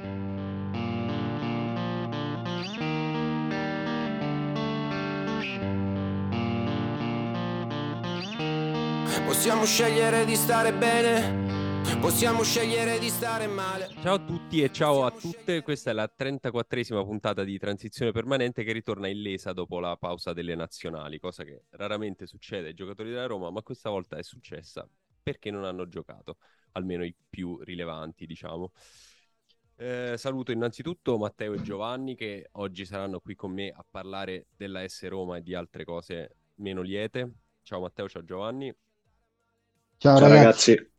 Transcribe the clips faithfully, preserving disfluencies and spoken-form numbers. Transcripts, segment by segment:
Possiamo scegliere di stare bene, possiamo scegliere di stare male. Ciao a tutti e ciao a tutte, questa è la trentaquattresima puntata di Transizione Permanente che ritorna illesa dopo la pausa delle nazionali, cosa che raramente succede ai giocatori della Roma, ma questa volta è successa perché non hanno giocato, almeno i più rilevanti, diciamo. Eh, saluto innanzitutto Matteo e Giovanni che oggi saranno qui con me a parlare della S Roma e di altre cose meno liete. Ciao Matteo, ciao Giovanni. Ciao, Ciao ragazzi. ragazzi.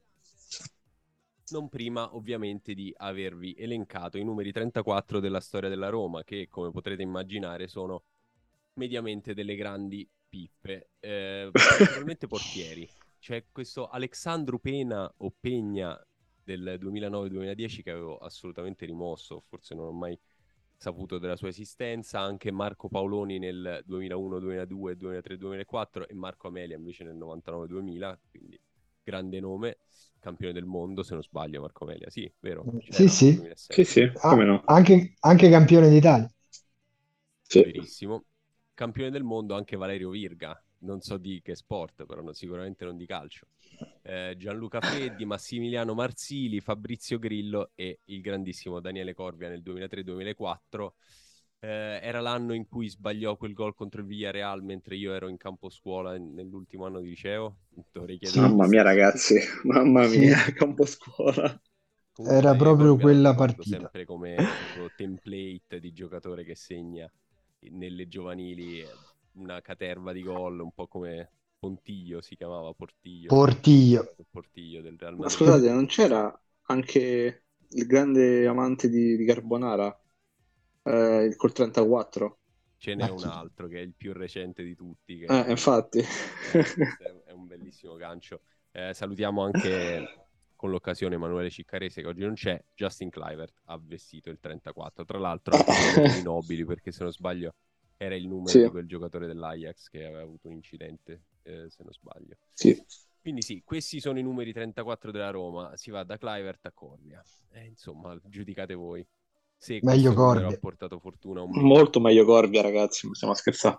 Non prima ovviamente di avervi elencato i numeri trentaquattro della storia della Roma, che come potrete immaginare sono mediamente delle grandi pippe, eh, principalmente portieri. C'è questo Alexandru Pena o Pegna del duemilanove duemiladieci che avevo assolutamente rimosso, forse non ho mai saputo della sua esistenza, anche Marco Paoloni nel duemilauno duemiladue duemilatré duemilaquattro e Marco Amelia invece nel novantanove duemila, quindi grande nome, campione del mondo se non sbaglio Marco Amelia, sì, vero? Sì, C'era sì. nel duemilasette. Sì, sì, Ah, come no? anche, anche campione d'Italia. Sì. Verissimo. Campione del mondo anche Valerio Virga, non so di che sport, però no, sicuramente non di calcio. Eh, Gianluca Freddi, Massimiliano Marsili, Fabrizio Grillo e il grandissimo Daniele Corvia nel duemilatré duemilaquattro. Eh, era l'anno in cui sbagliò quel gol contro il Villarreal mentre io ero in campo scuola nell'ultimo anno di liceo. Dovrei chiedere Sì. Mamma mia ragazzi, mamma Sì, mia, campo scuola. Comunque era Daniele proprio Corvia lo quella ricordo partita. sempre come proprio template di giocatore che segna nelle giovanili una caterva di gol, un po' come Pontiglio si chiamava, Portiglio. Portiglio. Portiglio del Real Ma Madrid. scusate, non c'era anche il grande amante di, di Carbonara, eh, il col trentaquattro? Ce n'è Ma un chi? altro che è il più recente di tutti, che Eh, è, infatti. eh, questo è, è un bellissimo gancio. Eh, salutiamo anche con l'occasione Emanuele Ciccarese che oggi non c'è. Justin Kluivert ha vestito il trentaquattro, tra l'altro anche con onori nobili perché se non sbaglio era il numero Sì, di quel giocatore dell'Ajax che aveva avuto un incidente, eh, se non sbaglio. sì. Quindi sì, questi sono i numeri trentaquattro della Roma, si va da Kluivert a Corvia. Eh, insomma, giudicate voi se Meglio questo numero ha Corvia. portato fortuna o meno. Molto meglio Corvia, ragazzi, non stiamo a scherzare.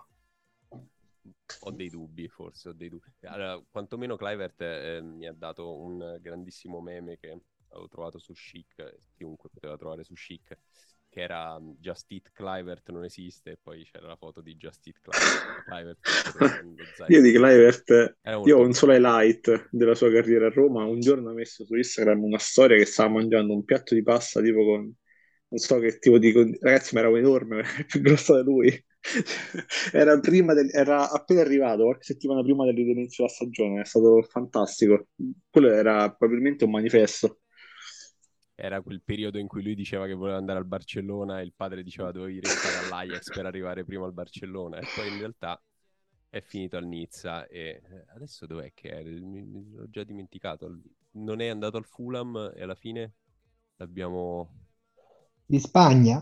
Ho dei dubbi, forse ho dei dubbi. Allora, quantomeno Kluivert eh, mi ha dato un grandissimo meme che avevo trovato su Chic, chiunque poteva trovare su Chic, che era um, Just Eat Kluivert non esiste, e poi c'era la foto di Just Eat Kluivert, Kluivert con lo zaino. Io di Kluivert, Era io ho molto un solo bello. highlight della sua carriera a Roma. Un giorno ha messo su Instagram una storia che stava mangiando un piatto di pasta tipo con, non so che tipo di, con- ragazzi, ma era enorme, era più grosso di lui. Era, prima del- era appena arrivato, qualche settimana prima dell'inizio della stagione, è stato fantastico. Quello era probabilmente un manifesto. Era quel periodo in cui lui diceva che voleva andare al Barcellona e il padre diceva dovevi restare all'Ajax per arrivare prima al Barcellona e poi in realtà è finito al Nizza e eh, adesso dov'è che è? Mi, mi- l'ho già dimenticato. Non è andato al Fulham e alla fine l'abbiamo Di Spagna?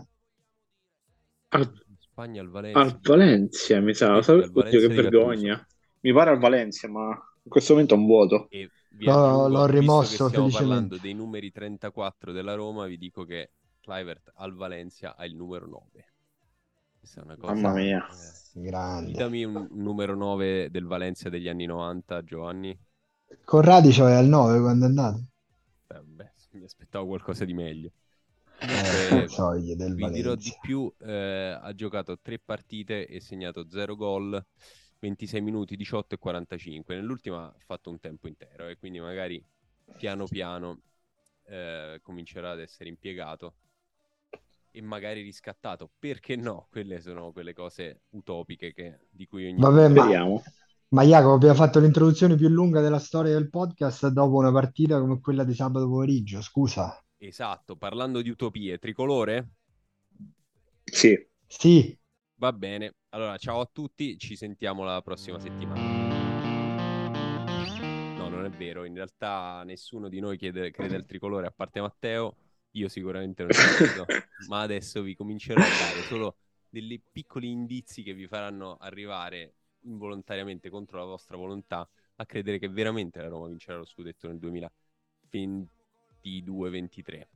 Al, in Spagna al Valencia. al Valencia, mi sa. Vedi, al Oddio, che Valencia di Gattuso. vergogna. Mi pare al Valencia, ma in questo momento è un vuoto. E vi L'ho l'ho aggiungo, visto che rimosso stiamo parlando felicemente. dei numeri trentaquattro della Roma, vi dico che Kluivert al Valencia ha il numero nove. Questa è una Mamma cosa... mia. eh, Grande. Ditami un numero nove del Valencia degli anni novanta, Giovanni. Corradi c'aveva il nove quando è andato. Eh, beh, mi aspettavo qualcosa di meglio. Eh, Comunque, soglie del vi dirò di Valencia. più, eh, ha giocato tre partite e segnato zero gol, ventisei minuti, diciotto e quarantacinque. Nell'ultima ha fatto un tempo intero e quindi magari piano piano eh, comincerà ad essere impiegato e magari riscattato. Perché no? Quelle sono quelle cose utopiche che- di cui ogni Vabbè, tanto ma, Speriamo. ma Jacopo, abbiamo fatto l'introduzione più lunga della storia del podcast dopo una partita come quella di sabato pomeriggio. Scusa. esatto, parlando di utopie, tricolore? Sì. Sì, Va bene, allora ciao a tutti, ci sentiamo la prossima settimana. No, non è vero, in realtà nessuno di noi chiede, crede al tricolore a parte Matteo, io sicuramente non ci credo, ma adesso vi comincerò a dare solo dei piccoli indizi che vi faranno arrivare involontariamente contro la vostra volontà a credere che veramente la Roma vincerà lo scudetto nel duemilaventidue ventitré.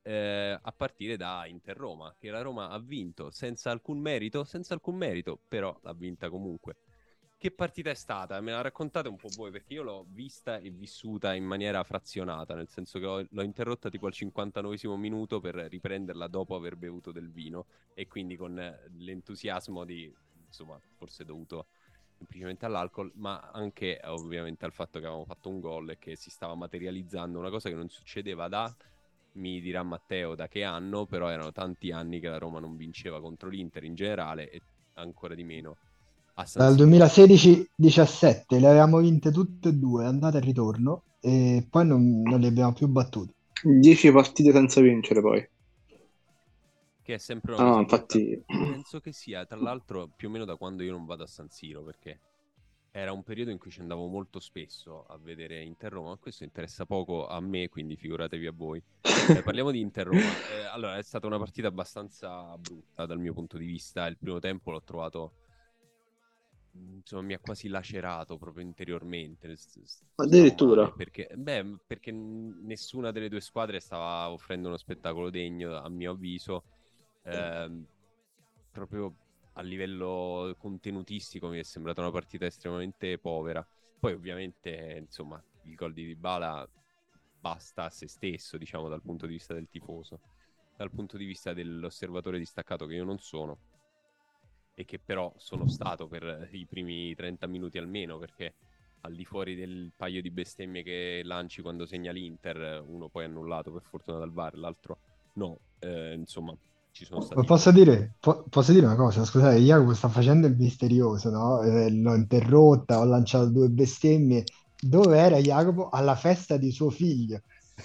eh, a partire da Inter-Roma, che la Roma ha vinto senza alcun merito, senza alcun merito, però l'ha vinta comunque. Che partita è stata? Me la raccontate un po' voi, perché io l'ho vista e vissuta in maniera frazionata, nel senso che ho- l'ho interrotta tipo al cinquantanovesimo minuto per riprenderla dopo aver bevuto del vino, e quindi con eh, l'entusiasmo di, insomma, forse dovuto semplicemente all'alcol, ma anche eh, ovviamente al fatto che avevamo fatto un gol e che si stava materializzando una cosa che non succedeva da, mi dirà Matteo, da che anno, però erano tanti anni che la Roma non vinceva contro l'Inter in generale e ancora di meno a San Dal Siro. duemilasedici diciassette le avevamo vinte tutte e due, andata e ritorno, e poi non, non li abbiamo più battuti. Dieci partite senza vincere poi. Che è sempre una Ah, no, cosa brutta. infatti, Penso che sia, tra l'altro, più o meno da quando io non vado a San Siro, perché era un periodo in cui ci andavo molto spesso a vedere Inter-Roma, ma questo interessa poco a me, quindi figuratevi a voi. Eh, parliamo di Inter-Roma. Eh, allora, è stata una partita abbastanza brutta dal mio punto di vista. Il primo tempo l'ho trovato, insomma, mi ha quasi lacerato proprio interiormente. S- s- Stavo male addirittura. perché, beh, perché n- nessuna delle due squadre stava offrendo uno spettacolo degno, a mio avviso. Ehm, Proprio a livello contenutistico mi è sembrata una partita estremamente povera. Poi ovviamente, insomma, il gol di Dybala basta a se stesso, diciamo, dal punto di vista del tifoso. Dal punto di vista dell'osservatore distaccato che io non sono, e che però sono stato per i primi trenta minuti almeno, perché al di fuori del paio di bestemmie che lanci quando segna l'Inter, uno poi annullato per fortuna dal V A R, l'altro no, eh, insomma, ci sono Ma stati... posso dire, po- posso dire una cosa? Scusate, Jacopo sta facendo il misterioso, no? Eh, l'ho interrotta, ho lanciato due bestemmie. Dove era Jacopo? Alla festa di suo figlio.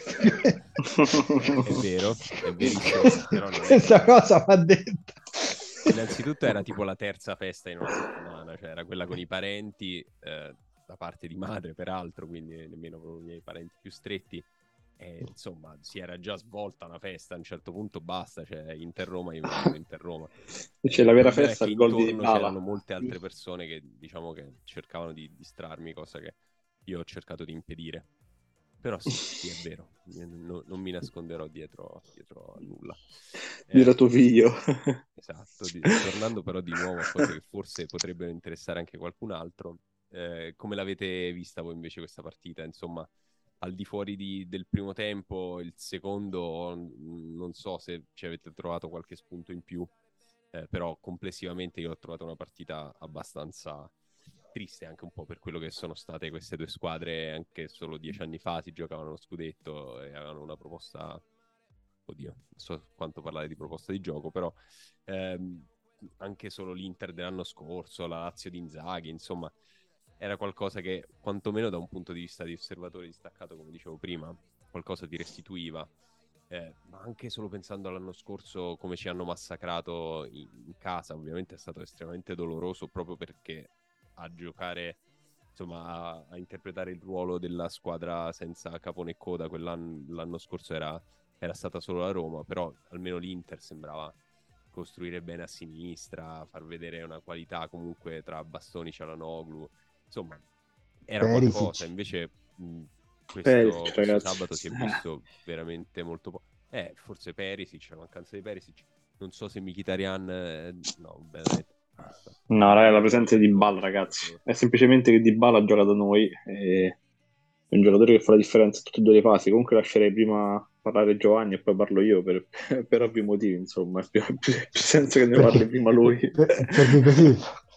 È vero, è verissimo, però non è Questa che... cosa va detta. Innanzitutto era tipo la terza festa in una settimana, cioè era quella con i parenti, eh, da parte di madre peraltro, quindi nemmeno proprio i miei parenti più stretti. E, insomma, si era già svolta una festa, a un certo punto basta, cioè Inter-Roma, io mi vedo Inter-Roma. Eh, C'è la il vera problema è festa che al gol di intorno Dybala. c'erano molte altre persone che, diciamo, che cercavano di distrarmi, cosa che io ho cercato di impedire. Però sì, sì, è vero, io non, non mi nasconderò dietro, dietro a nulla. Dirà Eh, tuo figlio. esatto, di- tornando però di nuovo a cose che forse potrebbero interessare anche qualcun altro, eh, come l'avete vista voi invece questa partita? Insomma, al di fuori di- del primo tempo, il secondo, mh, non so se ci avete trovato qualche spunto in più, eh, però complessivamente io ho trovato una partita abbastanza triste, anche un po' per quello che sono state queste due squadre. Anche solo dieci anni fa si giocavano lo scudetto e avevano una proposta, oddio, non so quanto parlare di proposta di gioco, però ehm, anche solo l'Inter dell'anno scorso, la Lazio di Inzaghi, insomma, era qualcosa che quantomeno da un punto di vista di osservatore distaccato, come dicevo prima, qualcosa ti restituiva. Eh, ma anche solo pensando all'anno scorso, come ci hanno massacrato in, in casa, ovviamente è stato estremamente doloroso, proprio perché a giocare, insomma, a, a interpretare il ruolo della squadra senza capo né coda quell'anno l'anno scorso era, era stata solo la Roma, però almeno l'Inter sembrava costruire bene a sinistra, far vedere una qualità comunque tra Bastoni, Cialanoglu, insomma, era qualcosa. Perisic. Invece mh, questo, Perisic, questo ragazzi. sabato si è visto veramente molto poco. Eh, forse Perisic, la mancanza di Perisic. Non so se Mkhitaryan, eh, no, beh, basta. No, raga, la presenza di Quello- Dybala, ragazzi. È semplicemente che Dybala gioca da noi. E è un giocatore che fa la differenza in tutte e due le fasi. Comunque lascerei prima parlare Giovanni e poi parlo io per, per ovvi motivi, insomma. È più, più- più senso che ne parli Perché, prima lui. per- perché così,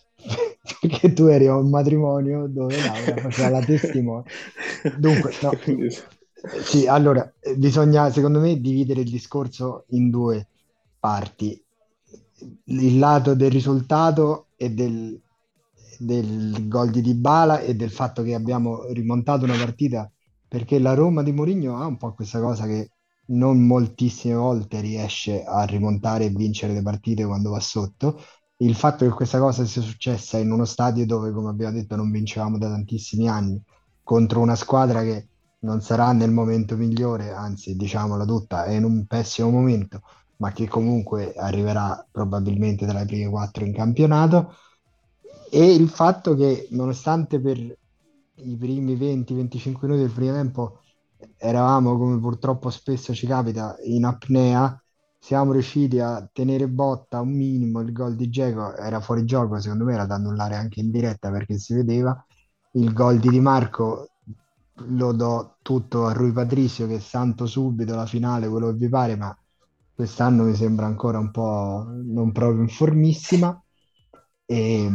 perché tu eri a un matrimonio dove Laura faceva la testimone. Dunque, no, Quindi, eh, sì, allora, eh, bisogna, secondo me, dividere il discorso in due parti. Il lato del risultato e del, del gol di Dybala e del fatto che abbiamo rimontato una partita, perché la Roma di Mourinho ha un po' questa cosa che non moltissime volte riesce a rimontare e vincere le partite quando va sotto. Il fatto che questa cosa sia successa in uno stadio dove, come abbiamo detto, non vincevamo da tantissimi anni, contro una squadra che non sarà nel momento migliore, anzi, diciamola tutta, è in un pessimo momento, ma che comunque arriverà probabilmente tra le prime quattro in campionato. E il fatto che, nonostante per i primi venti venticinque minuti del primo tempo eravamo, come purtroppo spesso ci capita, in apnea, siamo riusciti a tenere botta un minimo. Il gol di Dzeko era fuori gioco, secondo me era da annullare anche in diretta perché si vedeva. Il gol di Di Marco lo do tutto a Rui Patricio, che è santo subito la finale, quello che vi pare, ma quest'anno mi sembra ancora un po' non proprio in formissima. E,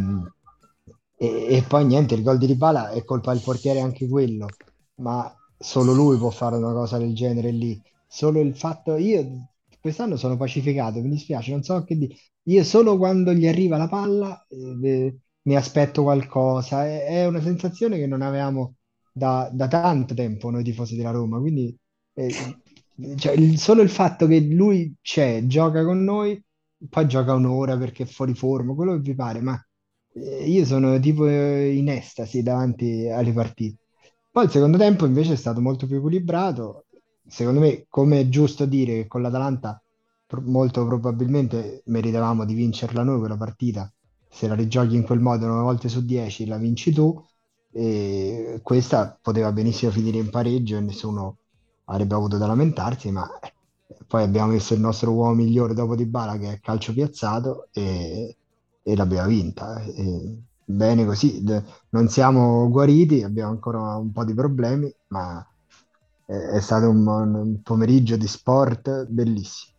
e- e poi niente, il gol di Dybala è colpa del portiere anche quello, ma solo lui può fare una cosa del genere lì. Solo il fatto, io quest'anno sono pacificato, mi dispiace, non so che dire. Io solo quando gli arriva la palla eh, mi aspetto qualcosa. È, è una sensazione che non avevamo da, da tanto tempo noi tifosi della Roma, quindi eh, cioè, il- solo il fatto che lui c'è, gioca con noi, poi gioca un'ora perché è fuori forma, quello che vi pare, ma eh, io sono tipo eh, in estasi davanti alle partite. Poi il secondo tempo invece è stato molto più equilibrato. Secondo me, come è giusto dire che con l'Atalanta pro- molto probabilmente meritavamo di vincerla noi quella partita. Se la rigiochi in quel modo nove volte su dieci la vinci tu. E questa poteva benissimo finire in pareggio e nessuno avrebbe avuto da lamentarsi, ma eh, poi abbiamo messo il nostro uomo migliore dopo Dybala che è calcio piazzato e, e l'abbiamo vinta. E bene così. D- non siamo guariti, abbiamo ancora un po' di problemi, ma è, è stato un, un pomeriggio di sport bellissimo.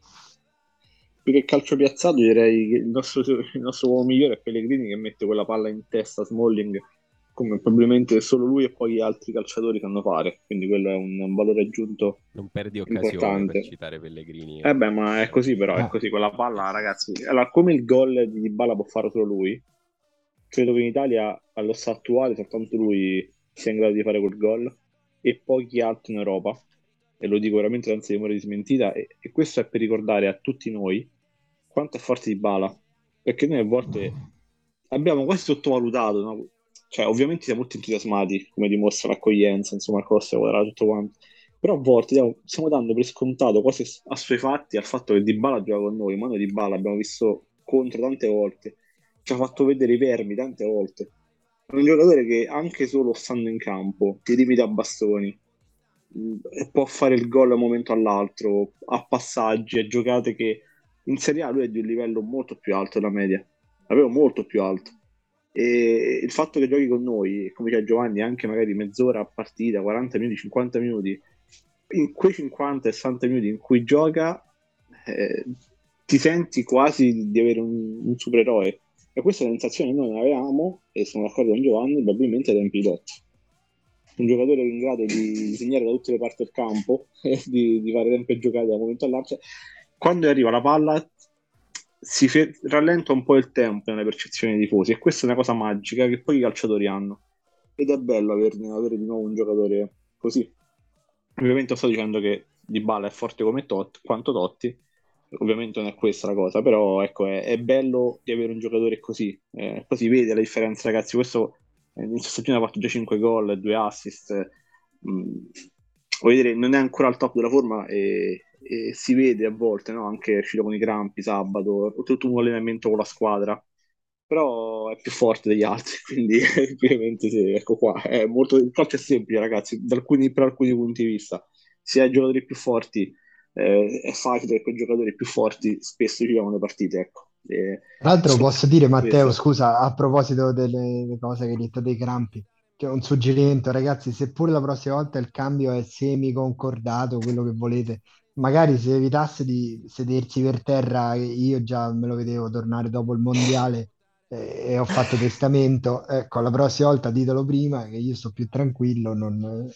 Più che calcio piazzato, direi che il nostro, il nostro uomo migliore è Pellegrini che mette quella palla in testa a Smalling, come probabilmente solo lui e poi altri calciatori sanno fare. Quindi quello è un, un valore aggiunto Non perdi occasione per importante. citare Pellegrini. Eh eh. beh, ma è così però, è Ah, così. Quella Sì, palla, sì. ragazzi, allora, come il gol di Dybala può fare solo lui, credo che in Italia, allo stato attuale, soltanto lui sia in grado di fare quel gol e pochi altri in Europa. E lo dico veramente senza timore di smentita. E, e questo è per ricordare a tutti noi quanto è forte Dybala. Perché noi a volte abbiamo quasi sottovalutato, no? Cioè, ovviamente siamo molto entusiasmati, come dimostra l'accoglienza, insomma, il costo quadrato, tutto quanto. Però a volte diamo- stiamo dando per scontato cose assuefatti al fatto che Dybala gioca con noi, ma noi Dybala abbiamo visto contro tante volte, ci ha fatto vedere i vermi tante volte. È un giocatore che anche solo stando in campo ti limita a bastoni, mh, e può fare il gol da un momento all'altro, a passaggi, a giocate che in Serie A lui è di un livello molto più alto della media, avevo molto più alto. E il fatto che giochi con noi, come dice Giovanni, anche magari mezz'ora a partita, quaranta minuti, cinquanta minuti, in quei cinquanta sessanta minuti in cui gioca, eh, ti senti quasi di avere un, un supereroe. E questa sensazione noi non avevamo, e sono d'accordo con Giovanni, probabilmente ai tempi di Totti. Un giocatore in grado di segnare da tutte le parti del campo e di, di fare tempo e giocare da un momento all'altro. Quando arriva la palla si fe- rallenta un po' il tempo nella percezione dei tifosi e questa è una cosa magica che pochi calciatori hanno. Ed è bello averne- avere di nuovo un giocatore così. Ovviamente sto dicendo che Dybala è forte come Tot, quanto Totti, ovviamente non è questa la cosa, però ecco, è, è bello di avere un giocatore così, eh, così vede la differenza, ragazzi. Questo eh, inizio stagione ha fatto già cinque gol, due assist, mh, voglio dire, non è ancora al top della forma e, e si vede a volte, no? Anche è uscito con i crampi sabato, tutto un allenamento con la squadra, però è più forte degli altri, quindi ovviamente sì, ecco qua, è molto, il calcio è semplice ragazzi, da alcuni, per alcuni punti di vista, se hai giocatori più forti eh, è facile che quei giocatori più forti spesso giocano le partite, ecco. E tra l'altro posso soprattutto dire, per Matteo, questo. scusa, a proposito delle, delle cose che hai detto dei crampi, che è un suggerimento, ragazzi, seppure la prossima volta il cambio è semi-concordato, quello che volete, magari se evitasse di sedersi per terra, io già me lo vedevo tornare dopo il mondiale eh, e ho fatto testamento, ecco, la prossima volta ditelo prima, che io sto più tranquillo, non...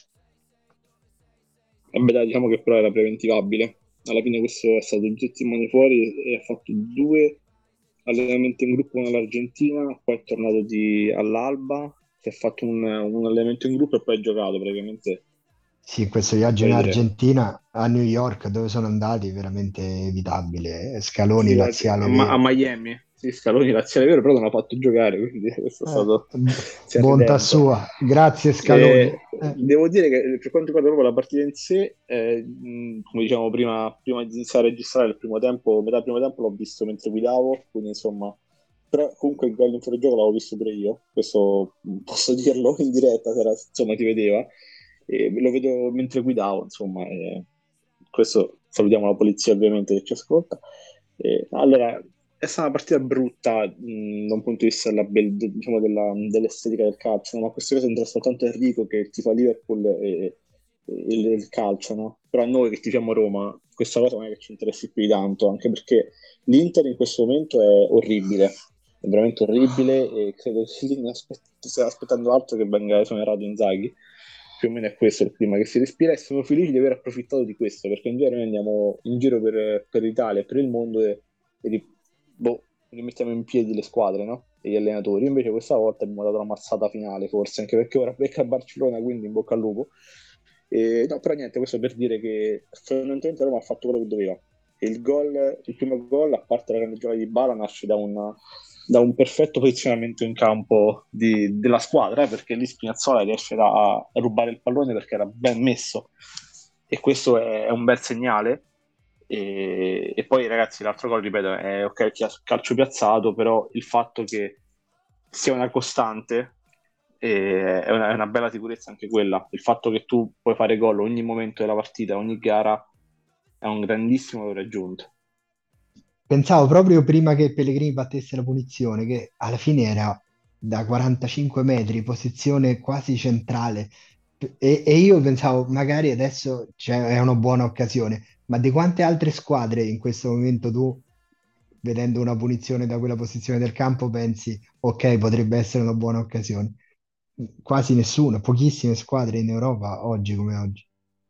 E beh, dai, diciamo che però era preventivabile. Alla fine questo è stato due settimane fuori e ha fatto due allenamenti in gruppo con l'Argentina, poi è tornato di- all'Alba, si è fatto un, un allenamento in gruppo e poi ha giocato praticamente. Sì, questo viaggio in Voglio dire, Argentina, a New York, dove sono andati, veramente evitabile, eh, scaloni figurati, a, laziale Ma- a vero. Miami, sì, Scaloni laziale vero, però non ha fatto giocare, quindi questo è Eh, stato, b- si è bontà redento. sua, grazie Scaloni. Eh, Eh, devo dire che per quanto riguarda proprio la partita in sé, eh, mh, come diciamo prima, prima di iniziare a registrare il primo tempo, metà del primo tempo l'ho visto mentre guidavo, quindi insomma, però comunque il gol in fuorigioco l'avevo visto pure io, questo mh, posso dirlo in diretta, se era- insomma ti vedeva. E lo vedo mentre guidavo, insomma, e questo salutiamo la polizia ovviamente che ci ascolta. E, allora, è stata una partita brutta mh, da un punto di vista della bel- de- diciamo, della- dell'estetica del calcio, no? Ma queste cose interessa soltanto a Enrico che tifa Liverpool e, e il, il calcio, no? Però a noi che tifiamo Roma, questa cosa non è che ci interessi più di tanto, anche perché l'Inter in questo momento è orribile, è veramente orribile e credo che lì non aspe- stia aspettando altro che venga esonerato Inzaghi. Più o meno è questo il clima che si respira e sono felice di aver approfittato di questo perché in genere noi andiamo in giro per, per l'Italia e per il mondo e, e ri- boh, rimettiamo in piedi le squadre, no? E gli allenatori. Invece questa volta abbiamo dato una mazzata finale, forse, anche perché ora becca a Barcellona, quindi in bocca al lupo. E, no, però niente, questo per dire che fondamentalmente Roma ha fatto quello che doveva. E il gol, il primo gol, a parte la grande giocata di Bala, nasce da un, da un perfetto posizionamento in campo di- della squadra, eh, perché lì Spinazzola riesce a, a rubare il pallone perché era ben messo. E questo è, è un bel segnale. E, e poi, ragazzi, l'altro gol, ripeto, è ok, calcio piazzato, però il fatto che sia una costante e è una, è una bella sicurezza anche quella. Il fatto che tu puoi fare gol ogni momento della partita, ogni gara, è un grandissimo valore aggiunto. Pensavo proprio prima che Pellegrini battesse la punizione, che alla fine era da quarantacinque metri, posizione quasi centrale. E, e io pensavo, magari adesso c'è, è una buona occasione, ma di quante altre squadre in questo momento tu, vedendo una punizione da quella posizione del campo, pensi, ok, potrebbe essere una buona occasione? Quasi nessuno, pochissime squadre in Europa oggi come oggi.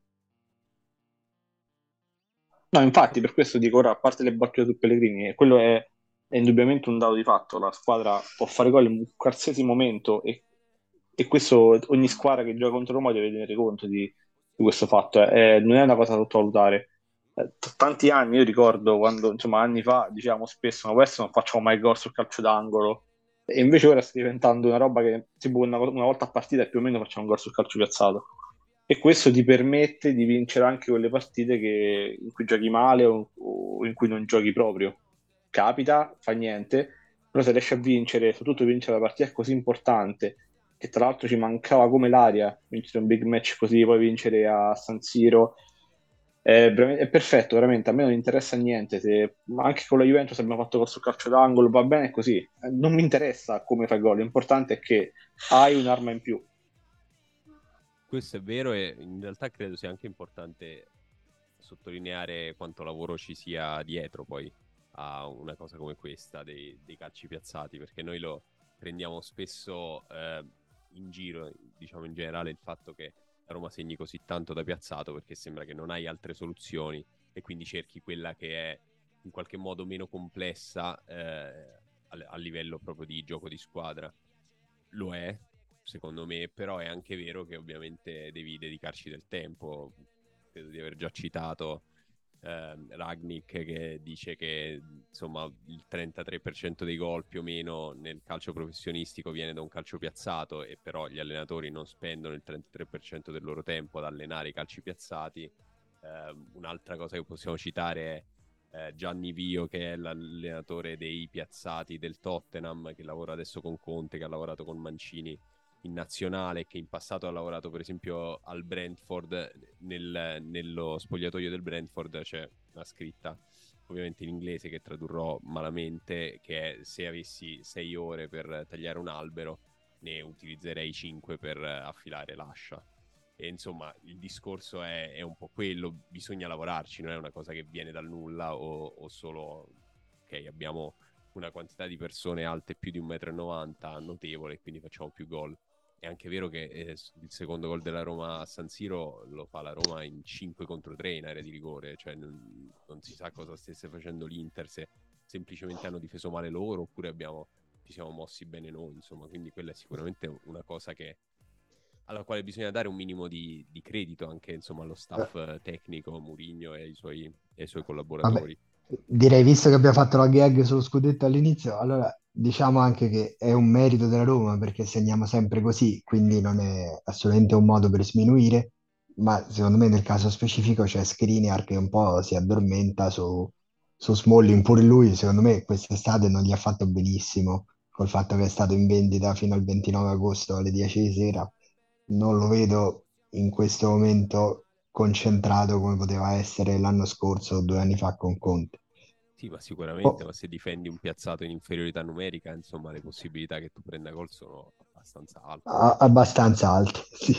No, infatti, per questo dico ora, a parte le battute su Pellegrini, e quello è, è indubbiamente un dato di fatto. La squadra può fare gol in qualsiasi momento e, e questo ogni squadra che gioca contro Roma deve tenere conto di, di questo fatto. Eh, non è una cosa da sottovalutare. Eh, t- tanti anni, io ricordo quando, insomma, anni fa dicevamo spesso, ma questo non facciamo mai gol sul calcio d'angolo. E invece ora sta diventando una roba che tipo una, una volta a partita più o meno facciamo un gol sul calcio piazzato. E questo ti permette di vincere anche quelle partite che- in cui giochi male o, o in cui non giochi proprio. Capita, fa niente, però se riesci a vincere, soprattutto vincere la partita è così importante, che tra l'altro ci mancava come l'aria, vincere un big match così, poi vincere a San Siro, è, veramente- è perfetto, veramente, a me non interessa niente, se, ma anche con la Juventus abbiamo fatto questo calcio d'angolo, va bene così. Eh, non mi interessa come fai gol, l'importante è che hai un'arma in più. Questo è vero e in realtà credo sia anche importante sottolineare quanto lavoro ci sia dietro poi a una cosa come questa dei, dei calci piazzati, perché noi lo prendiamo spesso eh, in giro, diciamo in generale, il fatto che la Roma segni così tanto da piazzato perché sembra che non hai altre soluzioni e quindi cerchi quella che è in qualche modo meno complessa eh, a, a livello proprio di gioco di squadra. Lo è, secondo me, però è anche vero che ovviamente devi dedicarci del tempo. Credo di aver già citato ehm, Ragnick che dice che insomma il trentatré per cento dei gol più o meno nel calcio professionistico viene da un calcio piazzato e però gli allenatori non spendono il trentatré per cento del loro tempo ad allenare i calci piazzati. Ehm, un'altra cosa che possiamo citare è eh, Gianni Vio, che è l'allenatore dei piazzati del Tottenham, che lavora adesso con Conte, che ha lavorato con Mancini in nazionale, che in passato ha lavorato per esempio al Brentford. Nel, nello spogliatoio del Brentford c'è una scritta ovviamente in inglese che tradurrò malamente, che è: se avessi sei ore per tagliare un albero ne utilizzerei cinque per affilare l'ascia. E insomma il discorso è, è un po' quello, bisogna lavorarci, non è una cosa che viene dal nulla o, o solo ok, abbiamo una quantità di persone alte più di un metro e novanta notevole, quindi facciamo più gol. È anche vero che eh, il secondo gol della Roma a San Siro lo fa la Roma in cinque contro tre in area di rigore, cioè non, non si sa cosa stesse facendo l'Inter, se semplicemente hanno difeso male loro oppure abbiamo, ci siamo mossi bene noi, insomma, quindi quella è sicuramente una cosa che, alla quale bisogna dare un minimo di, di credito anche insomma allo Eh, staff eh, tecnico, Mourinho e ai suoi, e ai suoi Vabbè, collaboratori. direi, visto che abbiamo fatto la gag sullo scudetto all'inizio, allora diciamo anche che è un merito della Roma perché segniamo sempre così, quindi non è assolutamente un modo per sminuire, ma secondo me nel caso specifico c'è Skriniar che un po' si addormenta su, su Smalling, pure lui secondo me quest'estate non gli ha fatto benissimo col fatto che è stato in vendita fino al ventinove agosto alle dieci di sera, non lo vedo in questo momento concentrato come poteva essere l'anno scorso o due anni fa con Conte. Sì, ma sicuramente, Oh, ma se difendi un piazzato in inferiorità numerica, insomma, le possibilità che tu prenda gol sono abbastanza alte. a- abbastanza alti, sì.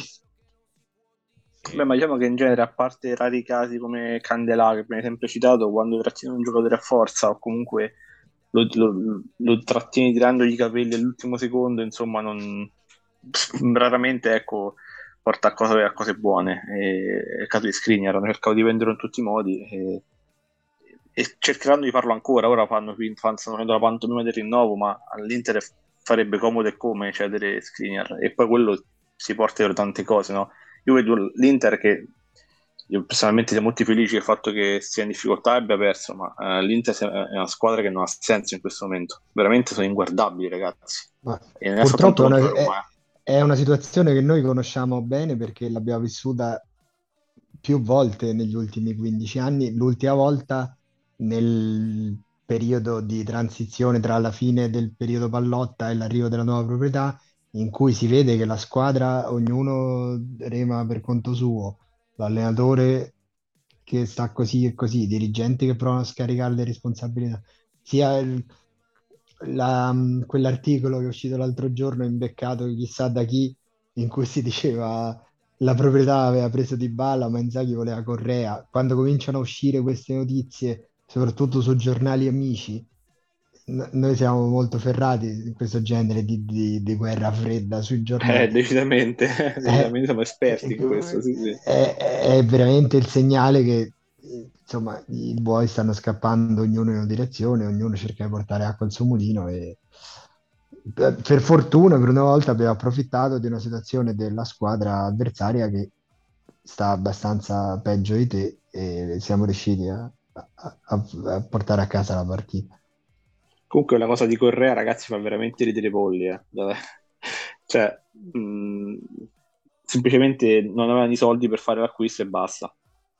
Beh, ma E... diciamo che in genere, a parte rari casi come Candelà, che viene sempre citato, quando trattieni un giocatore a forza o comunque lo, lo- lo trattieni tirandogli i capelli all'ultimo secondo, insomma, non, raramente, ecco, porta a cose, a cose buone. E, è il caso di Skriniar, hanno cercato di venderlo in tutti i modi e, e cercheranno di farlo ancora. Ora fanno, fanno, stanno facendo la pantomima del rinnovo, ma all'Inter farebbe comodo e come cedere Skriniar. E poi quello si porta dietro tante cose, no? Io vedo l'Inter che io personalmente siamo molti felici del fatto che sia in difficoltà e abbia perso, ma eh, l'Inter è una squadra che non ha senso in questo momento. Veramente sono inguardabili, ragazzi. Ma E non è purtroppo soltanto è una, contro la è- Roma, eh. è una situazione che noi conosciamo bene perché l'abbiamo vissuta più volte negli ultimi quindici anni. L'ultima volta nel periodo di transizione tra la fine del periodo Pallotta e l'arrivo della nuova proprietà, in cui si vede che la squadra, ognuno rema per conto suo, l'allenatore che sta così e così, i dirigenti che provano a scaricare le responsabilità, sia il- la- mh, quell'articolo che è uscito l'altro giorno, imbeccato chissà da chi, in cui si diceva la proprietà aveva preso Dybala, ma Inzaghi voleva Correa. Quando cominciano a uscire queste notizie, soprattutto su giornali amici, n- noi siamo molto ferrati in questo genere di, di- di guerra fredda sui Eh, giornali. decisamente, È, decisamente siamo esperti in questo, sì, sì. è- è veramente il segnale che insomma i buoi stanno scappando ognuno in una direzione, ognuno cerca di portare acqua al suo mulino e per per fortuna per una volta abbiamo approfittato di una situazione della squadra avversaria che sta abbastanza peggio di te e siamo riusciti a, a- a- a portare a casa la partita. Comunque la cosa di Correa, ragazzi, fa veramente ridere i polli, eh. Dai. Cioè, mh, semplicemente non avevano i soldi per fare l'acquisto e basta.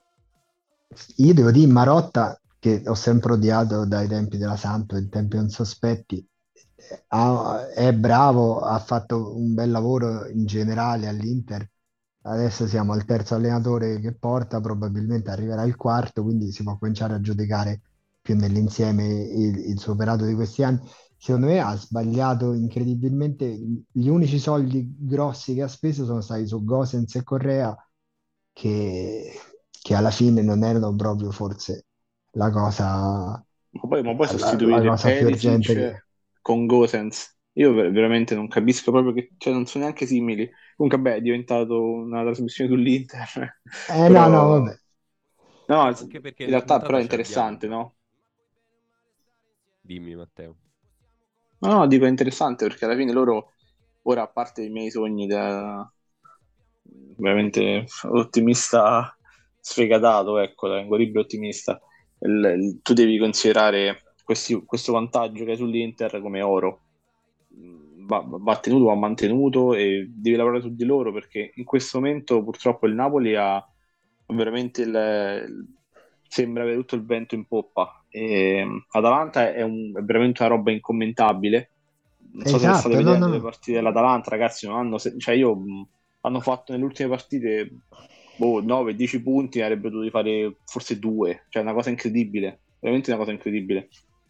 Io devo dire, Marotta, che ho sempre odiato dai tempi della Samp, in tempi non sospetti, ha- è bravo, ha fatto un bel lavoro in generale all'Inter. Adesso siamo al terzo allenatore che porta, probabilmente arriverà il quarto, quindi si può cominciare a giudicare più nell'insieme il, il suo operato di questi anni. Secondo me ha sbagliato incredibilmente. Gli unici soldi grossi che ha speso sono stati su Gosens e Correa, che, che alla fine non erano proprio forse la cosa, Ma poi, ma poi la, la sostituire cosa più urgente che... Perisic con Gosens, io ver- veramente non capisco proprio che, cioè, non sono neanche simili. Comunque, beh, è diventato una trasmissione sull'Inter, Eh no, no, però, vabbè. no, No, in anche perché nel realtà però puntato è ci abbiamo... interessante, no? Dimmi, Matteo. No, no, dico è interessante perché alla fine loro, ora a parte i miei sogni da veramente ottimista sfegatato, ecco, da inguaribile ottimista, il- il- tu devi considerare questi- questo vantaggio che hai sull'Inter come oro. Va, va tenuto, va mantenuto e devi lavorare su di loro perché in questo momento purtroppo il Napoli ha veramente il, il- sembra avere tutto il vento in poppa. E, Atalanta è, un- è veramente una roba incommentabile. Non so se state Esatto, no, no, vedendo le no. partite dell'Atalanta, ragazzi, non hanno, se- cioè io mh, hanno fatto nelle ultime partite boh, nove dieci punti, ne avrebbero dovuti fare forse due, cioè una cosa incredibile, veramente una cosa incredibile.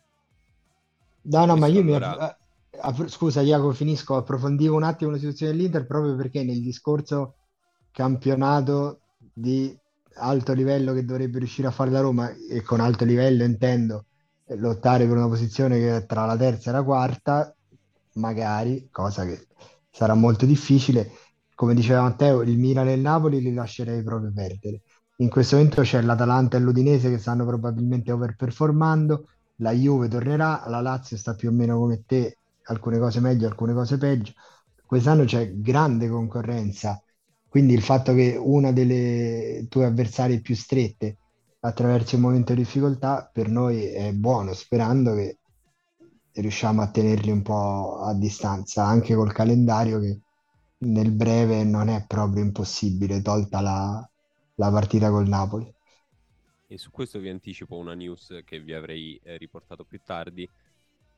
No, no, ma Questo io mi... allora... app- app- scusa, Jacopo, finisco, approfondivo un attimo la situazione dell'Inter proprio perché nel discorso campionato di alto livello che dovrebbe riuscire a fare la Roma, e con alto livello intendo eh, lottare per una posizione che è tra la terza e la quarta, magari, cosa che sarà molto difficile. Come diceva Matteo, il Milan e il Napoli li lascerei proprio perdere. In questo momento c'è l'Atalanta e l'Udinese che stanno probabilmente overperformando, la Juve tornerà, la Lazio sta più o meno come te, alcune cose meglio, alcune cose peggio. Quest'anno c'è grande concorrenza, quindi il fatto che una delle tue avversarie più strette attraversi un momento di difficoltà per noi è buono, sperando che riusciamo a tenerli un po' a distanza, anche col calendario che nel breve non è proprio impossibile, tolta la, la partita col Napoli. E su questo vi anticipo una news che vi avrei eh, riportato più tardi.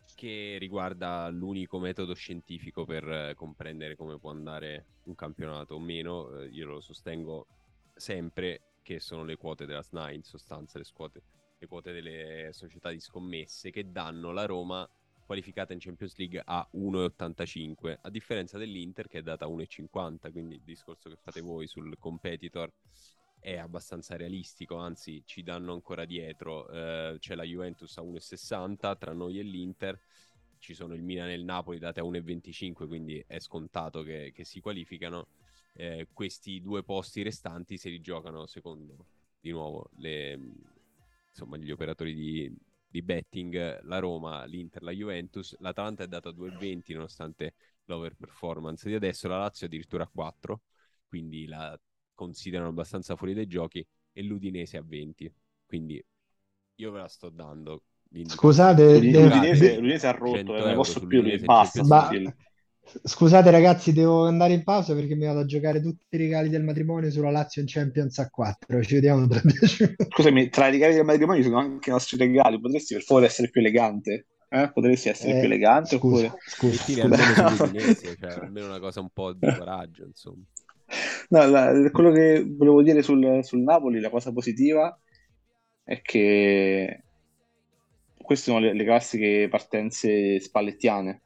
che riguarda l'unico metodo scientifico per eh, comprendere come può andare un campionato o meno. Eh, io lo sostengo sempre, che sono le quote della S N A I, in sostanza le quote, le quote delle società di scommesse, che danno la Roma qualificata in Champions League a uno virgola ottantacinque, a differenza dell'Inter che è data a uno virgola cinquanta, quindi il discorso che fate voi sul competitor è abbastanza realistico, anzi ci danno ancora dietro. Eh, c'è la Juventus a uno virgola sessanta tra noi e l'Inter, ci sono il Milan e il Napoli date a uno virgola venticinque, quindi è scontato che, che si qualificano. Eh, questi due posti restanti se li giocano secondo, di nuovo, le, insomma, gli operatori di, di betting, la Roma, l'Inter, la Juventus. L'Atalanta è data a due virgola venti nonostante l'overperformance di adesso, la Lazio addirittura a quattro, quindi la considerano abbastanza fuori dai giochi, e l'Udinese a venti, quindi io ve la sto dando l'indicazione. Scusate, L'Udi- de- Giocate L'Udinese, de- l'Udinese ha rotto, eh, cento non ne euro posso più, sull'Udinese in basta. Champions ma League. Sì. scusate ragazzi, devo andare in pausa perché mi vado a giocare tutti i regali del matrimonio sulla Lazio in Champions a quattro. Ci vediamo tra dieci minuti. Scusami, tra i regali del matrimonio ci sono anche i nostri regali. Potresti per favore essere più elegante? Eh? Potresti essere più Eh, elegante scusa, oppure... scusa, Mettili scusa. almeno sull'Udinese, cioè almeno una cosa un po' di coraggio, insomma. No, la- quello che volevo dire sul, sul Napoli, la cosa positiva è che queste sono le, le classiche partenze spallettiane,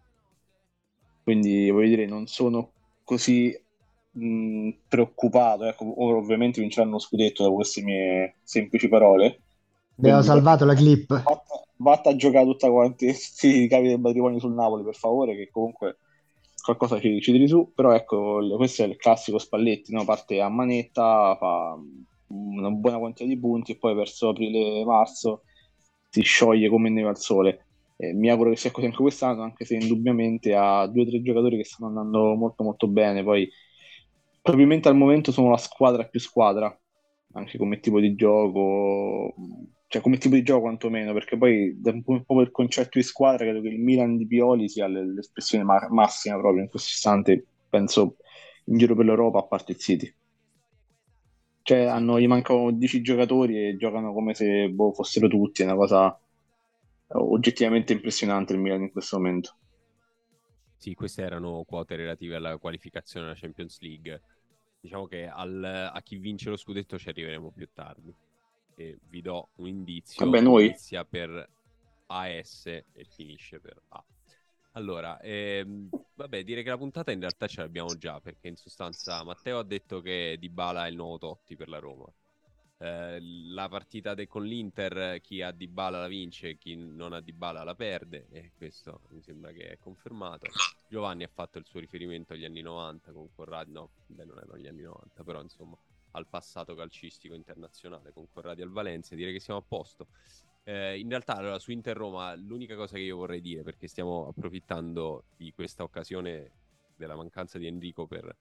quindi voglio dire, non sono così mh, preoccupato. Ecco, ora ovviamente vinceranno uno scudetto da queste mie semplici parole, Abbiamo quindi salvato la clip. vatta, vatta a giocare tutta quanti i capi del matrimonio sul Napoli, per favore, che comunque qualcosa ci, ci tiri su. Però ecco, l- questo è il classico Spalletti, no? Parte a manetta, fa una buona quantità di punti e poi verso aprile-marzo si scioglie come neve al sole. Eh, mi auguro che sia così anche quest'anno, anche se indubbiamente ha due o tre giocatori che stanno andando molto molto bene. Poi probabilmente al momento sono la squadra più squadra, anche come tipo di gioco, cioè come tipo di gioco quantomeno, perché poi da un po' un po' il concetto di squadra credo che il Milan di Pioli sia l- l'espressione ma- massima proprio in questo istante, penso in giro per l'Europa, a parte il City. Cioè Sì, hanno, gli mancano dieci giocatori e giocano come se boh, fossero tutti, è una cosa oggettivamente impressionante il Milan in questo momento. sì, queste erano quote relative alla qualificazione alla Champions League. Diciamo che al- a chi vince lo scudetto ci arriveremo più tardi. E vi do un indizio: Vabbè, noi inizia per A S e finisce per A. Allora, ehm, vabbè, dire che la puntata in realtà ce l'abbiamo già, perché in sostanza Matteo ha detto che Dybala è il nuovo Totti per la Roma. Eh, la partita de- con l'Inter, chi ha Dybala la vince, chi non ha Dybala la perde, e questo mi sembra che è confermato. Giovanni ha fatto il suo riferimento agli anni novanta con Corradi, no, beh, non erano gli anni novanta, però insomma al passato calcistico internazionale con Corradi al Valencia. Direi che siamo a posto. Eh, in realtà, allora, su Inter-Roma, l'unica cosa che io vorrei dire, perché stiamo approfittando di questa occasione della mancanza di Enrico per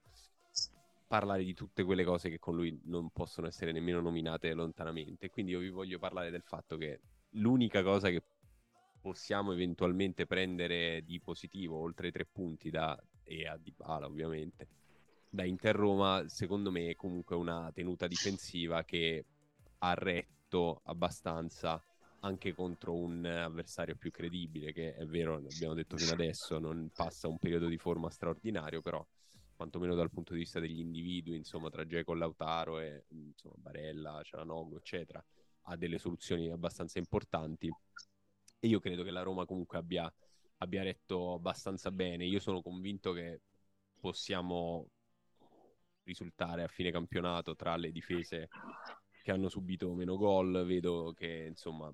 parlare di tutte quelle cose che con lui non possono essere nemmeno nominate lontanamente. Quindi io vi voglio parlare del fatto che l'unica cosa che possiamo eventualmente prendere di positivo, oltre ai tre punti da, e a Dybala ovviamente, da Inter-Roma, secondo me è comunque una tenuta difensiva che ha retto abbastanza anche contro un avversario più credibile, che è vero, abbiamo detto fino adesso, non passa un periodo di forma straordinario, però quantomeno dal punto di vista degli individui, insomma, tra Dzeko e Lautaro e insomma, Barella, Cialanoglu, eccetera, ha delle soluzioni abbastanza importanti. E io credo che la Roma comunque abbia, abbia retto abbastanza bene. Io sono convinto che possiamo risultare a fine campionato tra le difese che hanno subito meno gol. Vedo che, insomma,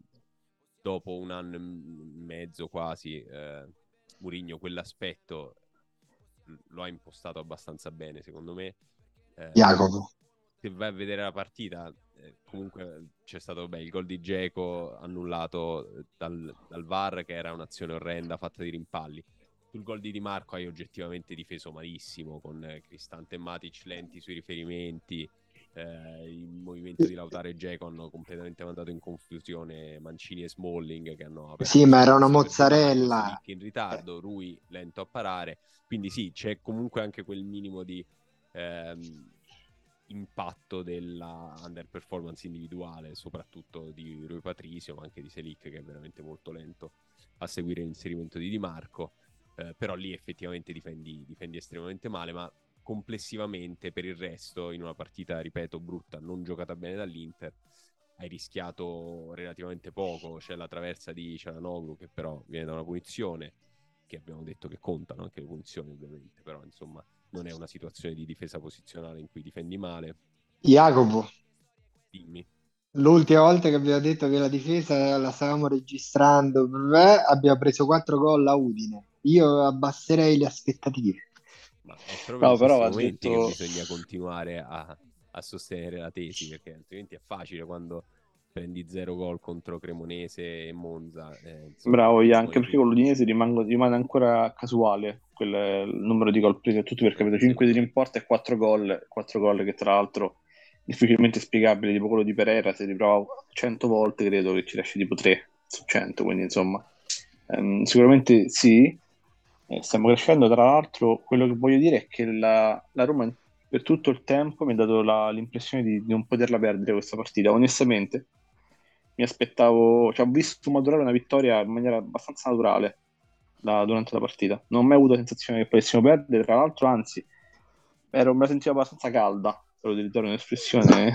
dopo un anno e mezzo quasi, eh, Mourinho quell'aspetto lo ha impostato abbastanza bene, secondo me. Eh, Jacopo. Se vai a vedere la partita, eh, comunque c'è stato beh, il gol di Dzeko annullato dal, dal V A R, che era un'azione orrenda fatta di rimpalli. Sul gol di Di Marco hai oggettivamente difeso malissimo, con eh, Cristante e Matic lenti sui riferimenti. Eh, il movimento di Lautaro e Dzeko hanno completamente mandato in confusione Mancini e Smalling, che hanno aperto Sì, ma era una spazio per Di Marco, mozzarella. Slick in ritardo, Rui lento a parare. Quindi sì, c'è comunque anche quel minimo di ehm, impatto della underperformance individuale, soprattutto di Rui Patricio, ma anche di Selic, che è veramente molto lento a seguire l'inserimento di Di Marco. Eh, però lì effettivamente difendi, difendi estremamente male, ma complessivamente per il resto, in una partita, ripeto, brutta, non giocata bene dall'Inter, hai rischiato relativamente poco. C'è la traversa di Çalhanoğlu che però viene da una punizione, che abbiamo detto che contano anche le punizioni ovviamente, però insomma non è una situazione di difesa posizionale in cui difendi male. Jacopo, Dimmi. l'ultima volta che abbiamo detto che la difesa la stavamo registrando, beh, abbiamo preso quattro gol a Udine. Io abbasserei le aspettative. Ma è proprio No, in però questi va momenti che detto, bisogna continuare a, a sostenere la tesi, perché altrimenti è facile quando prendi zero gol contro Cremonese e Monza, eh, insomma, bravo, Ian, come anche hai perché con detto, l'Udinese rimango- rimane ancora casuale quel, il numero di gol presi a tutti, perché avete cinque tiri in porta e quattro gol, quattro gol che tra l'altro difficilmente spiegabile, tipo quello di Pereira, se riprova cento volte credo che ci riesce tipo tre su cento, quindi insomma, ehm, sicuramente sì. Eh, stiamo crescendo. Tra l'altro, quello che voglio dire è che la, la Roma per tutto il tempo mi ha dato la- l'impressione di, di non poterla perdere questa partita. Onestamente, mi aspettavo, cioè, ho visto maturare una vittoria in maniera abbastanza naturale la- durante la partita. Non ho mai avuto la sensazione che potessimo perdere. Tra l'altro, anzi, ero, me la sentivo abbastanza calda, per utilizzare un'espressione,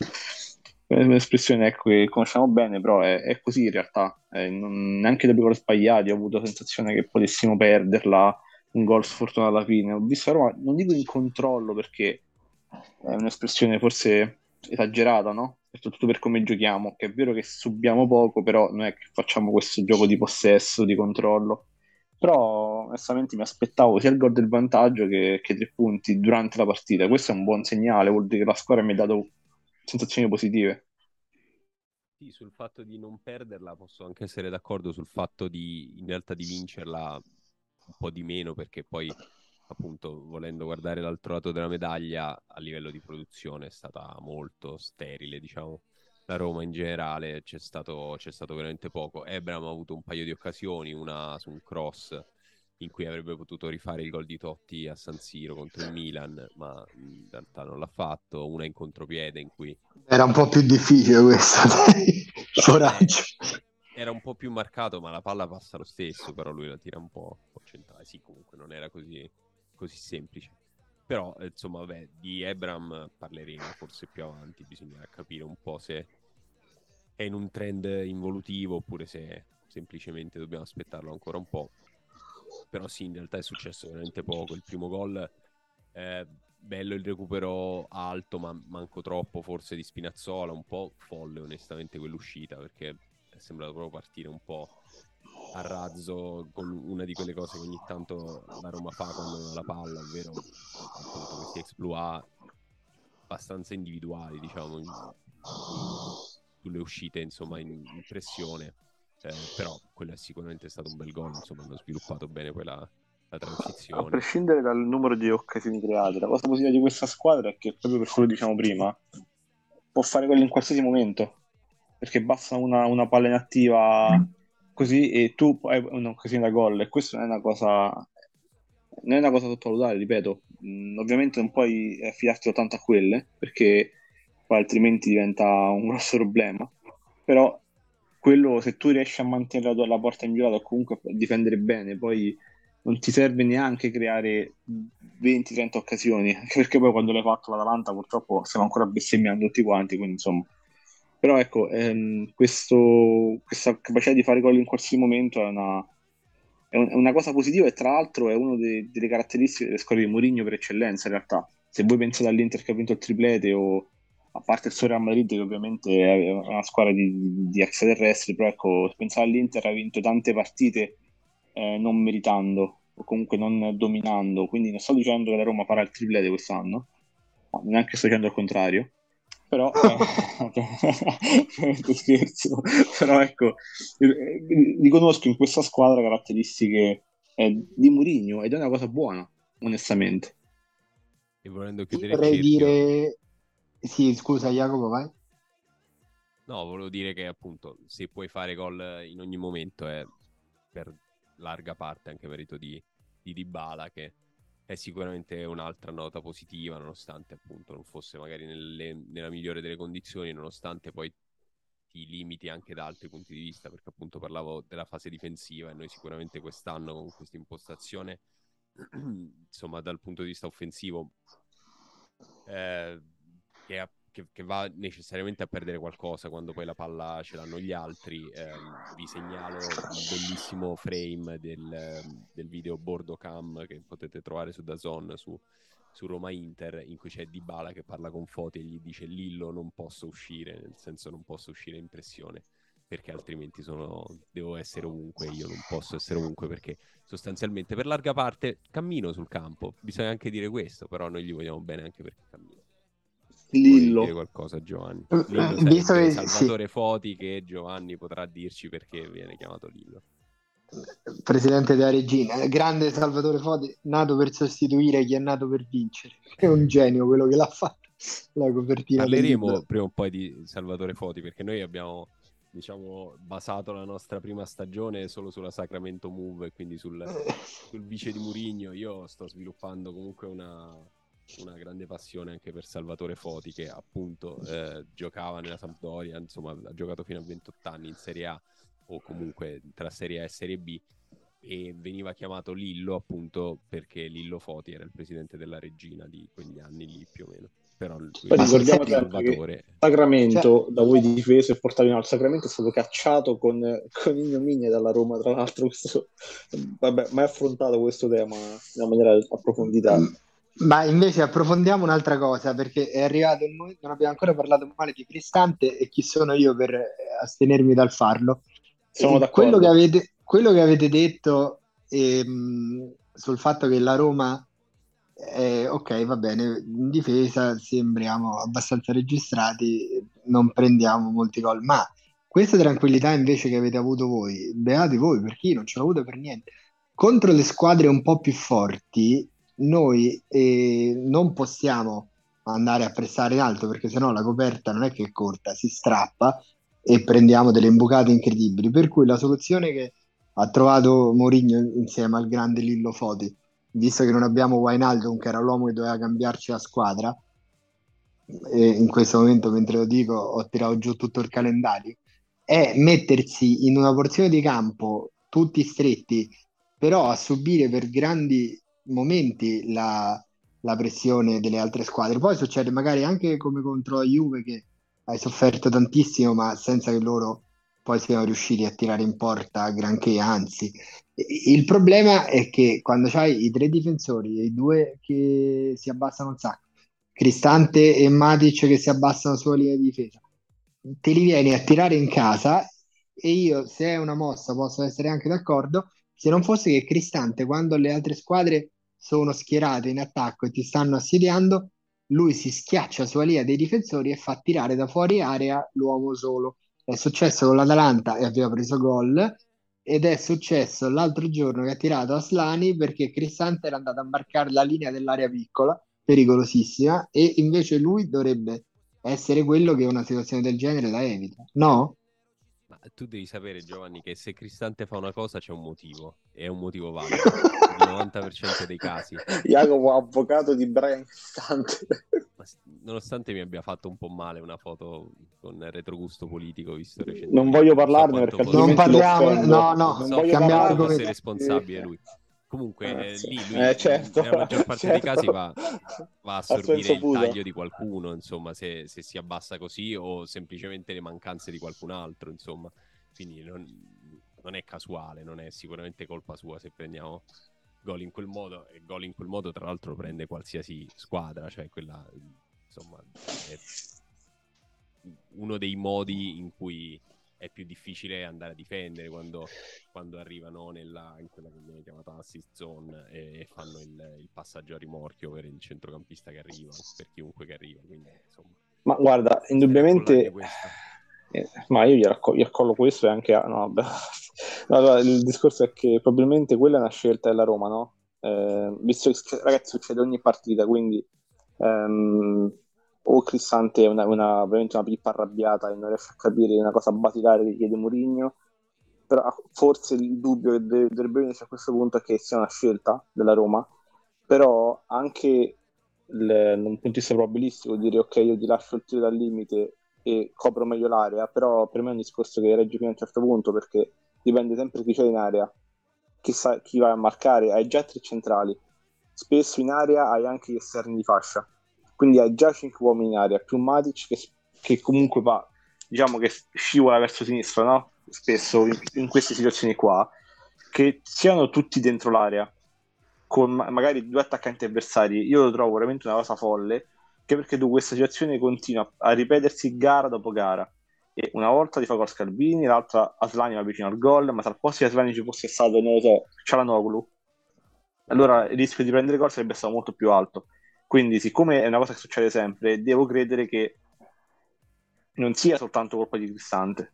un'espressione ecco, che conosciamo bene, però è, è così in realtà. Eh, non- neanche dopo i gol sbagliati ho avuto la sensazione che potessimo perderla, un gol sfortunato alla fine. Ho visto la Roma, non dico in controllo perché è un'espressione forse esagerata, no? Soprattutto per come giochiamo, che è vero che subiamo poco, però non è che facciamo questo gioco di possesso, di controllo. Però onestamente mi aspettavo sia il gol del vantaggio che, che tre punti durante la partita. Questo è un buon segnale, vuol dire che la squadra mi ha dato sensazioni positive. sì, sul fatto di non perderla posso anche essere d'accordo, sul fatto di in realtà di vincerla un po' di meno, perché poi appunto volendo guardare l'altro lato della medaglia a livello di produzione è stata molto sterile, diciamo. La Roma in generale c'è stato, c'è stato veramente poco. Ebram ha avuto un paio di occasioni, una su un cross in cui avrebbe potuto rifare il gol di Totti a San Siro contro il Milan, ma in realtà non l'ha fatto, una in contropiede in cui Era un po' più difficile questo, dai. eh, Coraggio. era un po' più marcato, ma la palla passa lo stesso, però lui la tira un po', un po' centrale. Sì, comunque non era così, così semplice. Però, eh, insomma, vabbè, di Ebram parleremo forse più avanti, bisognerà capire un po' se è in un trend involutivo oppure se semplicemente dobbiamo aspettarlo ancora un po'. Però sì, in realtà è successo veramente poco. Il primo gol, eh, bello il recupero alto, ma manco troppo forse di Spinazzola, un po' folle onestamente quell'uscita, perché è sembrato proprio partire un po' a razzo con una di quelle cose che ogni tanto la Roma fa quando non ha la palla, ovvero appunto questi exploit abbastanza individuali, diciamo, in- in- sulle uscite, insomma, in, in pressione. Eh, però quello è sicuramente stato un bel gol, insomma, hanno sviluppato bene poi la, la A transizione. prescindere dal numero di occasioni create, la cosa positiva di questa squadra è che, proprio per quello che diciamo prima, può fare quello in qualsiasi momento, perché basta una, una palla inattiva così e tu hai un'occasione da gol, e questo non è una cosa, non è una cosa da sottovalutare, ripeto. Mm, ovviamente non puoi affidarti tanto a quelle, perché poi altrimenti diventa un grosso problema, però quello, se tu riesci a mantenere la, la porta inviolata o comunque a difendere bene, poi non ti serve neanche creare venti trenta occasioni, anche perché poi quando l'hai fatto l'Atalanta purtroppo stiamo ancora bestemmiando tutti quanti, quindi insomma. Però ecco, ehm, questo- questa capacità di fare gol in qualsiasi momento è una, è un- è una cosa positiva, e tra l'altro è una delle caratteristiche delle squadre di Mourinho per eccellenza in realtà. Se voi pensate all'Inter che ha vinto il triplete, o a parte il suo Real Madrid che ovviamente è una squadra di, di extraterrestri, però ecco, pensare all'Inter ha vinto tante partite eh, non meritando o comunque non dominando, quindi non sto dicendo che la Roma farà il triplete quest'anno, ma neanche sto dicendo il contrario, però eh, ovviamente scherzo, però ecco, eh, riconosco in questa squadra caratteristiche eh, di Mourinho, ed è una cosa buona, onestamente. E volendo Io chiudere il vorrei cerchio, dire, sì, scusa Jacopo, vai. no, volevo dire che appunto se puoi fare gol in ogni momento è per larga parte anche merito di, di Dybala, che è sicuramente un'altra nota positiva, nonostante appunto non fosse magari nelle- nella migliore delle condizioni, nonostante poi ti limiti anche da altri punti di vista, perché appunto parlavo della fase difensiva e noi sicuramente quest'anno con questa impostazione, insomma, dal punto di vista offensivo, eh, che, ha- che- che va necessariamente a perdere qualcosa quando poi la palla ce l'hanno gli altri. Ehm, vi segnalo un bellissimo frame del, ehm, del video Bordo Cam che potete trovare su DAZN, su, su Roma Inter, in cui c'è Dybala che parla con Foti e gli dice: Lillo, non posso uscire, nel senso non posso uscire in pressione perché altrimenti sono, devo essere ovunque, io non posso essere ovunque perché sostanzialmente per larga parte cammino sul campo, bisogna anche dire questo, però noi gli vogliamo bene anche perché cammina. Volevi dire Lillo. qualcosa, Giovanni? Eh, Lillo Visto sarebbe che sì, Salvatore Foti, che Giovanni potrà dirci perché viene chiamato Lillo. presidente della regina, grande Salvatore Foti, nato per sostituire chi è nato per vincere. È un genio quello che l'ha fatto, la copertina del Parleremo libro. prima o poi di Salvatore Foti, perché noi abbiamo, diciamo, basato la nostra prima stagione solo sulla Sacramento Move e quindi sul, sul vice di Mourinho. Io sto sviluppando comunque una, una grande passione anche per Salvatore Foti, che appunto eh, giocava nella Sampdoria, insomma, ha giocato fino a ventotto anni in Serie A, o comunque tra Serie A e Serie B, e veniva chiamato Lillo appunto perché Lillo Foti era il presidente della regina di quegli anni lì più o meno. Però lui Poi Ma era sul ricordiamo serio, sempre che Salvatore. cioè, Sacramento, da voi difeso e portato in alto, Sacramento è stato cacciato con, con ignominia dalla Roma, tra l'altro. Questo, vabbè, mai affrontato questo tema in una maniera approfondita. ma invece approfondiamo un'altra cosa, perché è arrivato il momento, non abbiamo ancora parlato male di Cristante e chi sono io per eh, astenermi dal farlo. Sono E quello che d'accordo. avete, quello che avete detto ehm, sul fatto che la Roma, eh, ok, va bene, in difesa sembriamo abbastanza registrati, non prendiamo molti gol, ma questa tranquillità invece che avete avuto voi, beati voi, perché io non ce l'ho avuta per niente. Contro le squadre un po' più forti, noi eh, non possiamo andare a pressare in alto perché sennò la coperta non è che è corta, si strappa e prendiamo delle imbucate incredibili. Per cui la soluzione che ha trovato Mourinho insieme al grande Lillo Foti, visto che non abbiamo Wijnaldum, che era l'uomo che doveva cambiarci la squadra, e in questo momento mentre lo dico ho tirato giù tutto il calendario, è mettersi in una porzione di campo tutti stretti, però a subire per grandi momenti la, la pressione delle altre squadre. Poi succede magari anche come contro la Juve che hai sofferto tantissimo, ma senza che loro poi siano riusciti a tirare in porta granché, anzi. Il problema è che quando c'hai i tre difensori e i due che si abbassano un sacco, Cristante e Matic che si abbassano sulla linea di difesa, te li vieni a tirare in casa e io, se è una mossa, posso essere anche d'accordo, se non fosse che Cristante, quando le altre squadre sono schierate in attacco e ti stanno assediando, lui si schiaccia sulla linea dei difensori e fa tirare da fuori area l'uomo solo. È successo con l'Atalanta e aveva preso gol, ed è successo l'altro giorno che ha tirato Aslani perché Cristante era andato a marcare la linea dell'area piccola, pericolosissima, e invece lui dovrebbe essere quello che una situazione del genere la evita, no? Ma tu devi sapere, Giovanni, che se Cristante fa una cosa c'è un motivo, e è un motivo valido, nel novanta per cento dei casi. Jacopo, avvocato di Brian Cristante. Ma s- nonostante mi abbia fatto un po' male una foto con retrogusto politico visto Non voglio recentemente, non so parlarne quanto perché Non fosse, altrimenti lo parliamo, offendo. no, no, non Non so voglio cambiamo quanto parlarne fosse argomento. perché... responsabile lui. Comunque, Eh, eh, sì. lì lui Eh, mh, certo, nella maggior parte dei casi certo. va, va a A assorbire senso il puto. taglio di qualcuno, insomma, se, se si abbassa così, o semplicemente le mancanze di qualcun altro, insomma. Quindi non, non è casuale, non è sicuramente colpa sua se prendiamo gol in quel modo, e gol in quel modo tra l'altro prende qualsiasi squadra, cioè quella, insomma, è uno dei modi in cui è più difficile andare a difendere quando, quando arrivano nella, in quella che viene chiamata assist zone e, e fanno il, il passaggio a rimorchio per il centrocampista che arriva o per chiunque che arriva, quindi insomma Ma guarda, bisogna accollargli indubbiamente, questo. eh, ma io gli, racco- gli accollo questo e anche... no, vabbè. No, allora, il discorso è che probabilmente quella è una scelta della Roma, no? Eh, visto che, ragazzi, succede ogni partita, quindi ehm, o Cristante è una, una, veramente una pippa arrabbiata e non riesce a capire una cosa basilare che chiede Mourinho, però forse il dubbio che deve- dovrebbe venirci a questo punto è che sia una scelta della Roma, però anche il, da un punto di vista probabilistico dire ok, io ti lascio il tiro dal limite e copro meglio l'area, però per me è un discorso che regge fino a un certo punto, perché dipende sempre chi c'è in area, chi, sa, chi va a marcare. Hai già tre centrali, spesso in area hai anche gli esterni di fascia, quindi hai già cinque uomini in area, più Matic che, che comunque va, diciamo che scivola verso sinistra, no? Spesso in, in queste situazioni qua, che siano tutti dentro l'area con ma- magari due attaccanti avversari, io lo trovo veramente una cosa folle, che perché tu questa situazione continua a ripetersi gara dopo gara. E una volta ti fa gol Scalvini, l'altra Aslani va vicino al gol, ma se al posto di Aslani ci fosse stato, non lo so, Cialanoglu, allora il rischio di prendere gol sarebbe stato molto più alto. Quindi, siccome è una cosa che succede sempre, devo credere che non sia soltanto colpa di Cristante,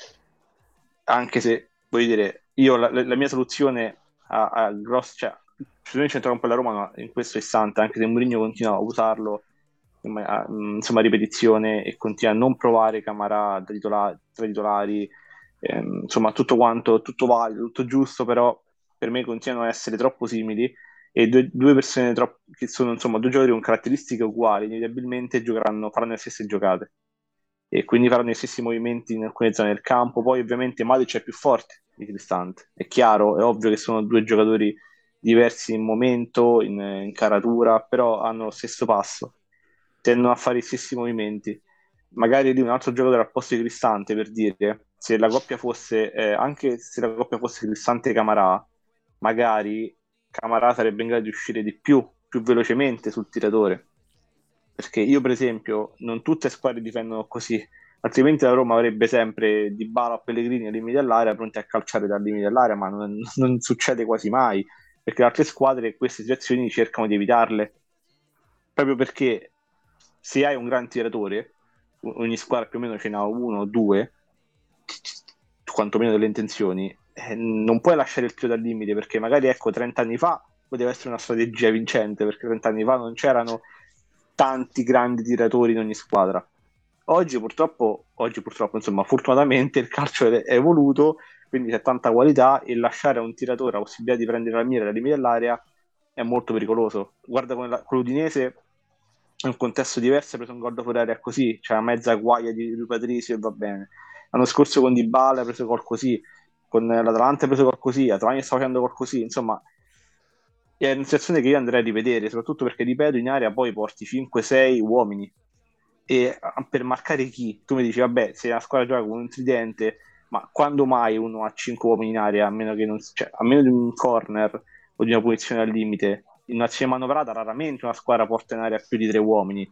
anche se, voglio dire, io la, la mia soluzione a, a grosso, cioè, soluzione centrocampo della Roma ma in questo istante, anche se Mourinho continua a usarlo insomma, a, insomma, a ripetizione e continua a non provare Camarà da titola- tra i titolari, ehm, insomma, tutto quanto, tutto valido, tutto giusto, però per me continuano a essere troppo simili e due, due persone troppo, che sono insomma due giocatori con caratteristiche uguali, inevitabilmente giocheranno, faranno le stesse giocate e quindi faranno gli stessi movimenti in alcune zone del campo. Poi ovviamente Matic è più forte di Cristante, è chiaro, è ovvio che sono due giocatori diversi in momento, in, in caratura, però hanno lo stesso passo, tendono a fare gli stessi movimenti. Magari di un altro giocatore al posto di Cristante, per dire, se la coppia fosse, eh, anche se la coppia fosse Cristante e Camarà, magari Camarà sarebbe in grado di uscire di più, più velocemente sul tiratore. Perché io, per esempio, non tutte le squadre difendono così, altrimenti la Roma avrebbe sempre Dybala o Pellegrini ai limiti dell'area pronti a calciare dal limite dell'area, ma non, non succede quasi mai, perché le altre squadre queste situazioni cercano di evitarle, proprio perché se hai un gran tiratore, ogni squadra più o meno ce n'ha uno o due, quantomeno delle intenzioni, eh, non puoi lasciare il tiro dal limite, perché magari ecco trenta anni fa poteva essere una strategia vincente, perché trenta anni fa non c'erano tanti grandi tiratori in ogni squadra. Oggi purtroppo, oggi purtroppo, insomma, fortunatamente il calcio è è evoluto, quindi c'è tanta qualità e lasciare a un tiratore la possibilità di prendere la mira dai limiti dell'area è molto pericoloso. Guarda con, la, con l'Udinese, in un contesto diverso, ha preso un gol fuori area così, c'è una mezza guaia di Rui Patricio e va bene. L'anno scorso con Dybala ha preso gol così, con l'Atalanta ha preso gol così, Atalanta sta facendo gol così, insomma è una situazione che io andrei a rivedere, soprattutto perché, ripeto, in area poi porti cinque sei uomini e ah, per marcare chi? Tu mi dici, vabbè, se la squadra gioca con un tridente, ma quando mai uno ha cinque uomini in area, a meno che non, cioè, a meno di un corner o di una punizione al limite, in un'azione manovrata raramente una squadra porta in area più di tre uomini.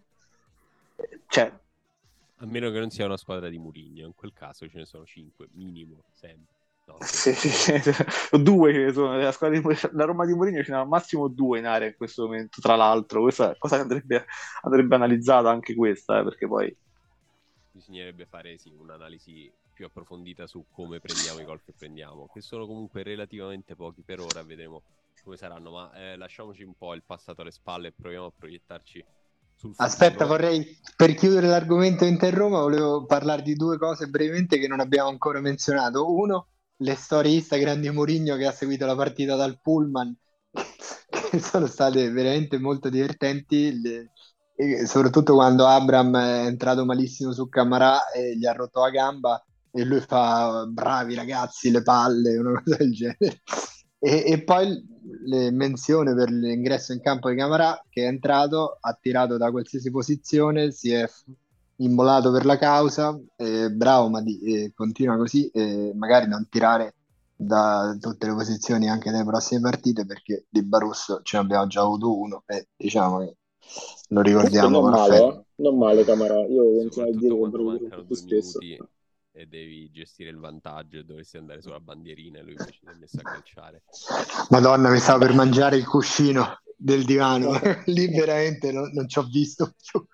Cioè, A meno che non sia una squadra di Mourinho, in quel caso ce ne sono cinque, minimo, sempre. No, sì, sì, scherzo. sì, due ce ne sono, la, squadra di, la Roma di Mourinho ce n'ha al massimo due in area in questo momento, tra l'altro, questa è una cosa che andrebbe, andrebbe analizzata anche questa, eh, perché poi Bisognerebbe fare sì, un'analisi più approfondita su come prendiamo i gol che prendiamo, che sono comunque relativamente pochi per ora, vedremo come saranno, ma eh, lasciamoci un po' il passato alle spalle e proviamo a proiettarci sul Aspetta, futuro. vorrei, per chiudere l'argomento Inter Roma, volevo parlare di due cose brevemente che non abbiamo ancora menzionato. Uno, le storie Instagram di Mourinho che ha seguito la partita dal pullman, che sono state veramente molto divertenti, le- e soprattutto quando Abram è entrato malissimo su Camarà e gli ha rotto la gamba e lui fa bravi ragazzi, le palle, una cosa del genere. E, e poi le menzione per l'ingresso in campo di Camarà che è entrato, ha tirato da qualsiasi posizione, si è f- immolato per la causa, eh, bravo, ma di- eh, continua così e magari non tirare da tutte le posizioni anche nelle prossime partite perché di Barusso ce ne abbiamo già avuto uno e diciamo che lo comunque ricordiamo non con male, affetto. eh? Non male Camarà, io continuo a dire Soprattutto che quando vorrei vedere un po' mancano più due spesso. minuti e devi gestire il vantaggio e dovresti andare sulla bandierina e lui invece si è messo a calciare. Madonna, mi stavo per Beh. mangiare il cuscino del divano, lì veramente non, non ci ho visto più.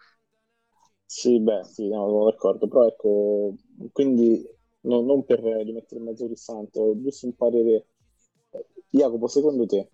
Sì, beh, sì, no, sono d'accordo, però ecco, quindi no- non per rimettere in mezzo Cristante, giusto un parere. Jacopo, secondo te,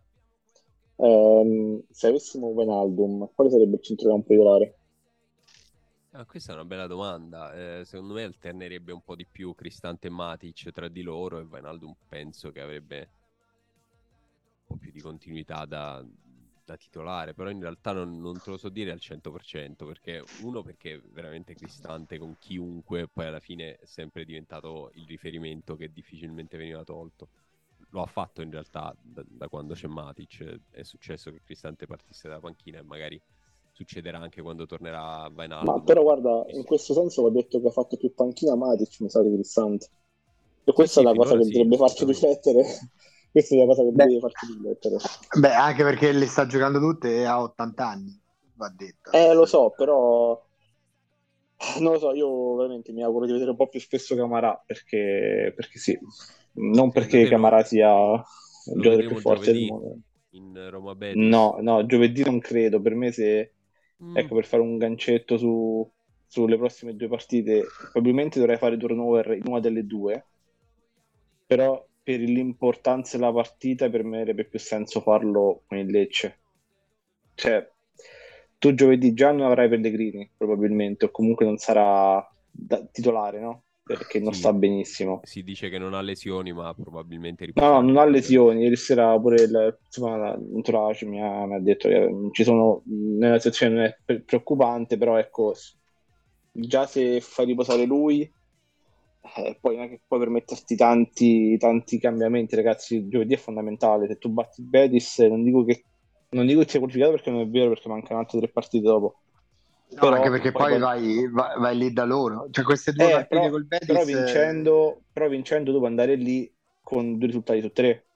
ehm, se avessimo Wijnaldum, quale sarebbe il centrocampo titolare? Ah, questa è una bella domanda. Eh, secondo me alternerebbe un po' di più Cristante e Matic tra di loro e Wijnaldum penso che avrebbe un po' più di continuità da, da titolare, però in realtà non, non te lo so dire al cento per cento, perché uno perché è veramente Cristante con chiunque, poi alla fine è sempre diventato il riferimento che difficilmente veniva tolto. Lo ha fatto in realtà da, da quando c'è Matic, è successo che Cristante partisse dalla panchina e magari succederà anche quando tornerà Ma Wijnaldum. però guarda, in Visto- questo senso va detto che ha fatto più panchina Matic, mi sa, di Cristante. E Sì, questa è sì, la cosa finora che sì, dovrebbe farci assolutamente. riflettere. Questa è la cosa che Beh, deve farci riflettere. beh, anche perché le sta giocando tutte e ha ottanta anni, va detto. Eh, lo so, però non lo so, io veramente mi auguro di vedere un po' più spesso Camarà, perché, perché sì, non Secondo perché te lo, Camarà sia il lo giocatore più vedremo forte del giovedì mondo. in Roma Betis? No, no, giovedì non credo. Per me, se Mm, ecco, per fare un gancetto su- sulle prossime due partite, probabilmente dovrei fare turnover in una delle due, però per l'importanza della partita per me avrebbe più senso farlo con il Lecce. Cioè, tu giovedì già non avrai Pellegrini, probabilmente, o comunque non sarà da- titolare, no? Perché non sì, sta benissimo. si dice che non ha lesioni, ma probabilmente No, no, riposerà non ha completamente. lesioni. Ieri sera pure il, insomma, l'entourage mi ha, mi ha detto che non ci sono, nella situazione non è pre- preoccupante, però ecco, s- già se fai riposare lui, eh, poi non è che puoi permetterti tanti, tanti cambiamenti, ragazzi. Giovedì è fondamentale. Se tu batti il Betis, non dico che, non dico che sia qualificato perché non è vero, perché mancano altre tre partite dopo. No, anche Però perché poi poi quando, vai, vai- vai lì da loro. Cioè, queste due eh, partite però, col però Betis, eh, vincendo, però vincendo tu puoi andare lì con due risultati su tre.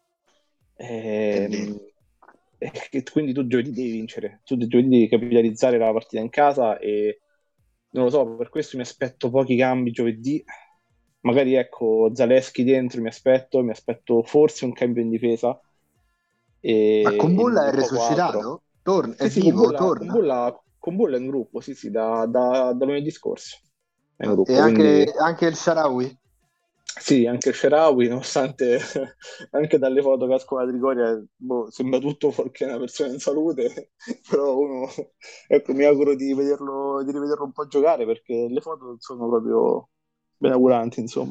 è vero. Ehm, e che- quindi tu giovedì devi vincere, tu giovedì devi capitalizzare la partita in casa e non lo so, per questo mi aspetto pochi cambi giovedì. Magari ecco Zaleschi dentro, mi aspetto, mi aspetto forse un cambio in difesa Ma e, Kumbulla e- è e poco altro. resuscitato? Torna, è Sì, sì, con vivo? Bulla, con Torna? Bulla, con Bulla è in gruppo, sì, sì, da, da, da lunedì scorso è in Ah, e gruppo, anche, quindi anche il Sharawi? sì, anche il Sharawi, nonostante anche dalle foto che escono da Trigoria, boh, sembra tutto fuorché una persona in salute, però uno, ecco, mi auguro di vederlo, di rivederlo un po' giocare perché le foto non sono proprio benauguranti, insomma.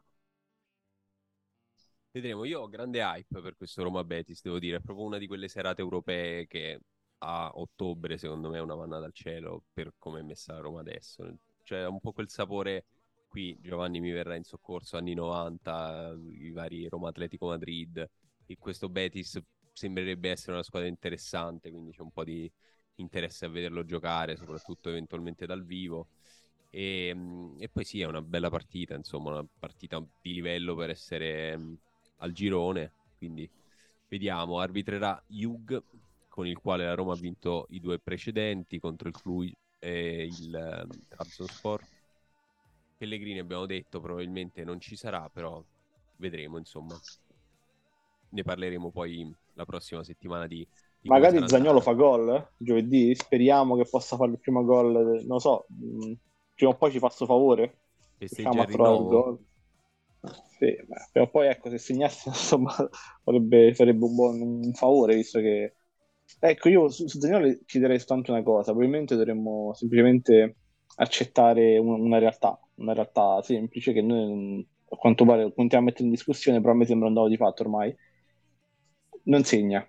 Vedremo, io ho grande hype per questo Roma Betis, devo dire, è proprio una di quelle serate europee che a ottobre secondo me è una manna dal cielo per come è messa la Roma adesso. Cioè un po' quel sapore, qui Giovanni mi verrà in soccorso, anni novanta, i vari Roma Atletico Madrid, e questo Betis sembrerebbe essere una squadra interessante, quindi c'è un po' di interesse a vederlo giocare, soprattutto eventualmente dal vivo. E, mm, e poi sì, è una bella partita, insomma, una partita di livello per essere mm, al girone, quindi vediamo, arbitrerà Jug, con il quale la Roma ha vinto i due precedenti contro il Cluj e il ehm, Trabzonspor. Pellegrini abbiamo detto probabilmente non ci sarà, però vedremo, insomma. Ne parleremo poi la prossima settimana di, di come sarà Magari Zaniolo andata. fa gol eh, giovedì, speriamo che possa fare il primo gol, non lo so, mh, prima o poi ci fa sto favore, Festeggia riusciamo a il trovare il rinnovo? gol. Sì, beh, prima o poi ecco, se segnasse insomma farebbe, farebbe un buon un favore, visto che ecco, io su, su Zaniolo chiederei soltanto una cosa, probabilmente dovremmo semplicemente accettare un- una realtà, una realtà semplice che noi non- a quanto pare continuiamo a mettere in discussione, però a me sembra un dato di fatto ormai, non segna.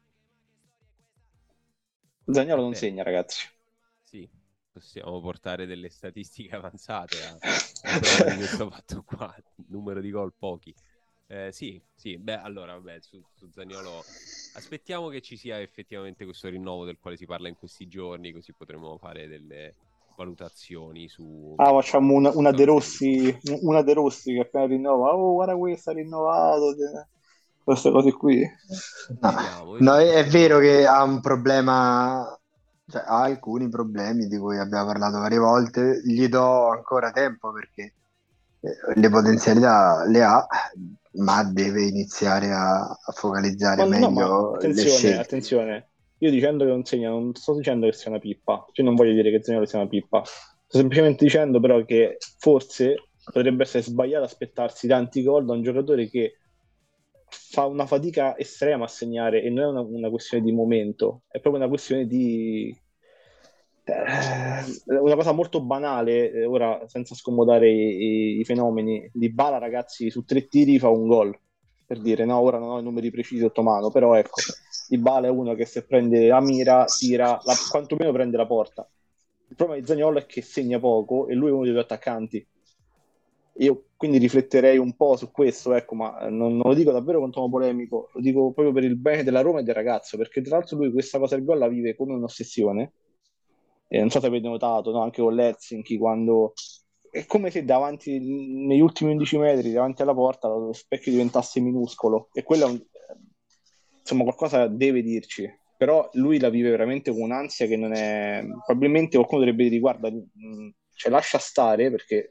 Zaniolo Eh non beh, segna, ragazzi. sì, possiamo portare delle statistiche avanzate a, a prova di questo fatto qua, numero di gol pochi. Eh, sì, sì, beh, allora, vabbè, su, su Zaniolo aspettiamo che ci sia effettivamente questo rinnovo del quale si parla in questi giorni, così potremo fare delle valutazioni su, Ah, facciamo una, su una cosa De ne serie. Rossi, una De Rossi che appena rinnova, oh, guarda questo, ha rinnovato, queste cose qui. No, Vediamo, no, vediamo, è, è vero speriamo. che ha un problema, cioè ha alcuni problemi di cui abbiamo parlato varie volte. Gli do ancora tempo perché eh, le potenzialità le ha, ma deve iniziare a, a focalizzare Ma no, ma meglio le attenzione, scelte. attenzione, io dicendo che non segna, non sto dicendo che sia una pippa, cioè non voglio dire che Zaniolo sia una pippa, sto semplicemente dicendo però che forse potrebbe essere sbagliato aspettarsi tanti gol da un giocatore che fa una fatica estrema a segnare e non è una, una questione di momento, è proprio una questione di eh, una cosa molto banale, eh, ora senza scomodare i, i- i fenomeni. Dybala, ragazzi, su tre tiri fa un gol, per dire, no, ora non ho i numeri precisi sotto mano, però ecco, Dybala è uno che se prende la mira, tira, la, quantomeno prende la porta. Il problema di Zaniolo è che segna poco e lui è uno dei due attaccanti. Io quindi rifletterei un po' su questo, ecco, ma non, non lo dico davvero con tono polemico, lo dico proprio per il bene della Roma e del ragazzo, perché tra l'altro lui questa cosa del gol la vive come un'ossessione. E non so se avete notato, no? Anche con Helsinki, quando è come se davanti, negli ultimi undici metri, davanti alla porta, lo specchio diventasse minuscolo. E quello è un, insomma, qualcosa deve dirci. Però lui la vive veramente con un'ansia che non è... Probabilmente qualcuno dovrebbe dire, guarda, mh, cioè lascia stare, perché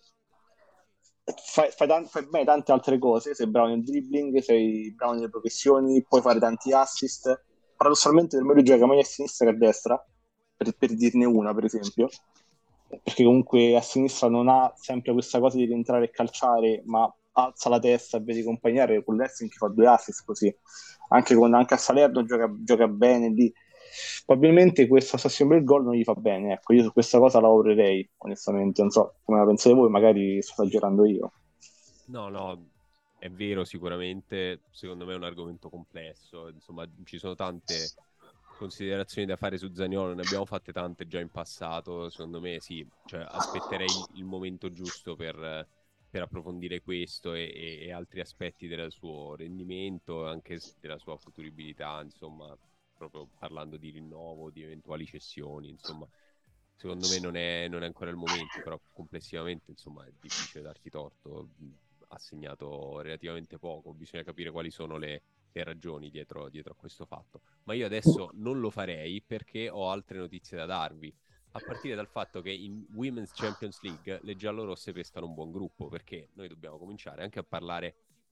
fai, fai, tan- fai bene tante altre cose, sei bravo nel dribbling, sei bravo nelle progressioni, puoi fare tanti assist. Paradossalmente per me lui gioca meglio a sinistra che a destra, per, per dirne una, per esempio, perché comunque a sinistra non ha sempre questa cosa di rientrare e calciare, ma alza la testa e vedi accompagnare con l'Essing che fa due assist così. Anche, con, anche a Salerno gioca, gioca bene lì. Probabilmente questa ossessione per il gol non gli fa bene. Ecco, io su questa cosa lavorerei, onestamente. Non so come la pensate voi, magari sto esagerando io. No, no, è vero sicuramente, secondo me è un argomento complesso, insomma ci sono tante considerazioni da fare su Zaniolo, ne abbiamo fatte tante già in passato, secondo me sì, cioè aspetterei il momento giusto per, per approfondire questo e, e, e altri aspetti del suo rendimento, anche della sua futuribilità, insomma, proprio parlando di rinnovo, di eventuali cessioni, insomma. Secondo me non è, non è ancora il momento, però complessivamente insomma è difficile darti torto, ha segnato relativamente poco, bisogna capire quali sono le, le ragioni dietro, dietro a questo fatto. Ma io adesso non lo farei perché ho altre notizie da darvi, a partire dal fatto che in Women's Champions League le giallorosse pescano un buon gruppo, perché noi dobbiamo cominciare anche a parlare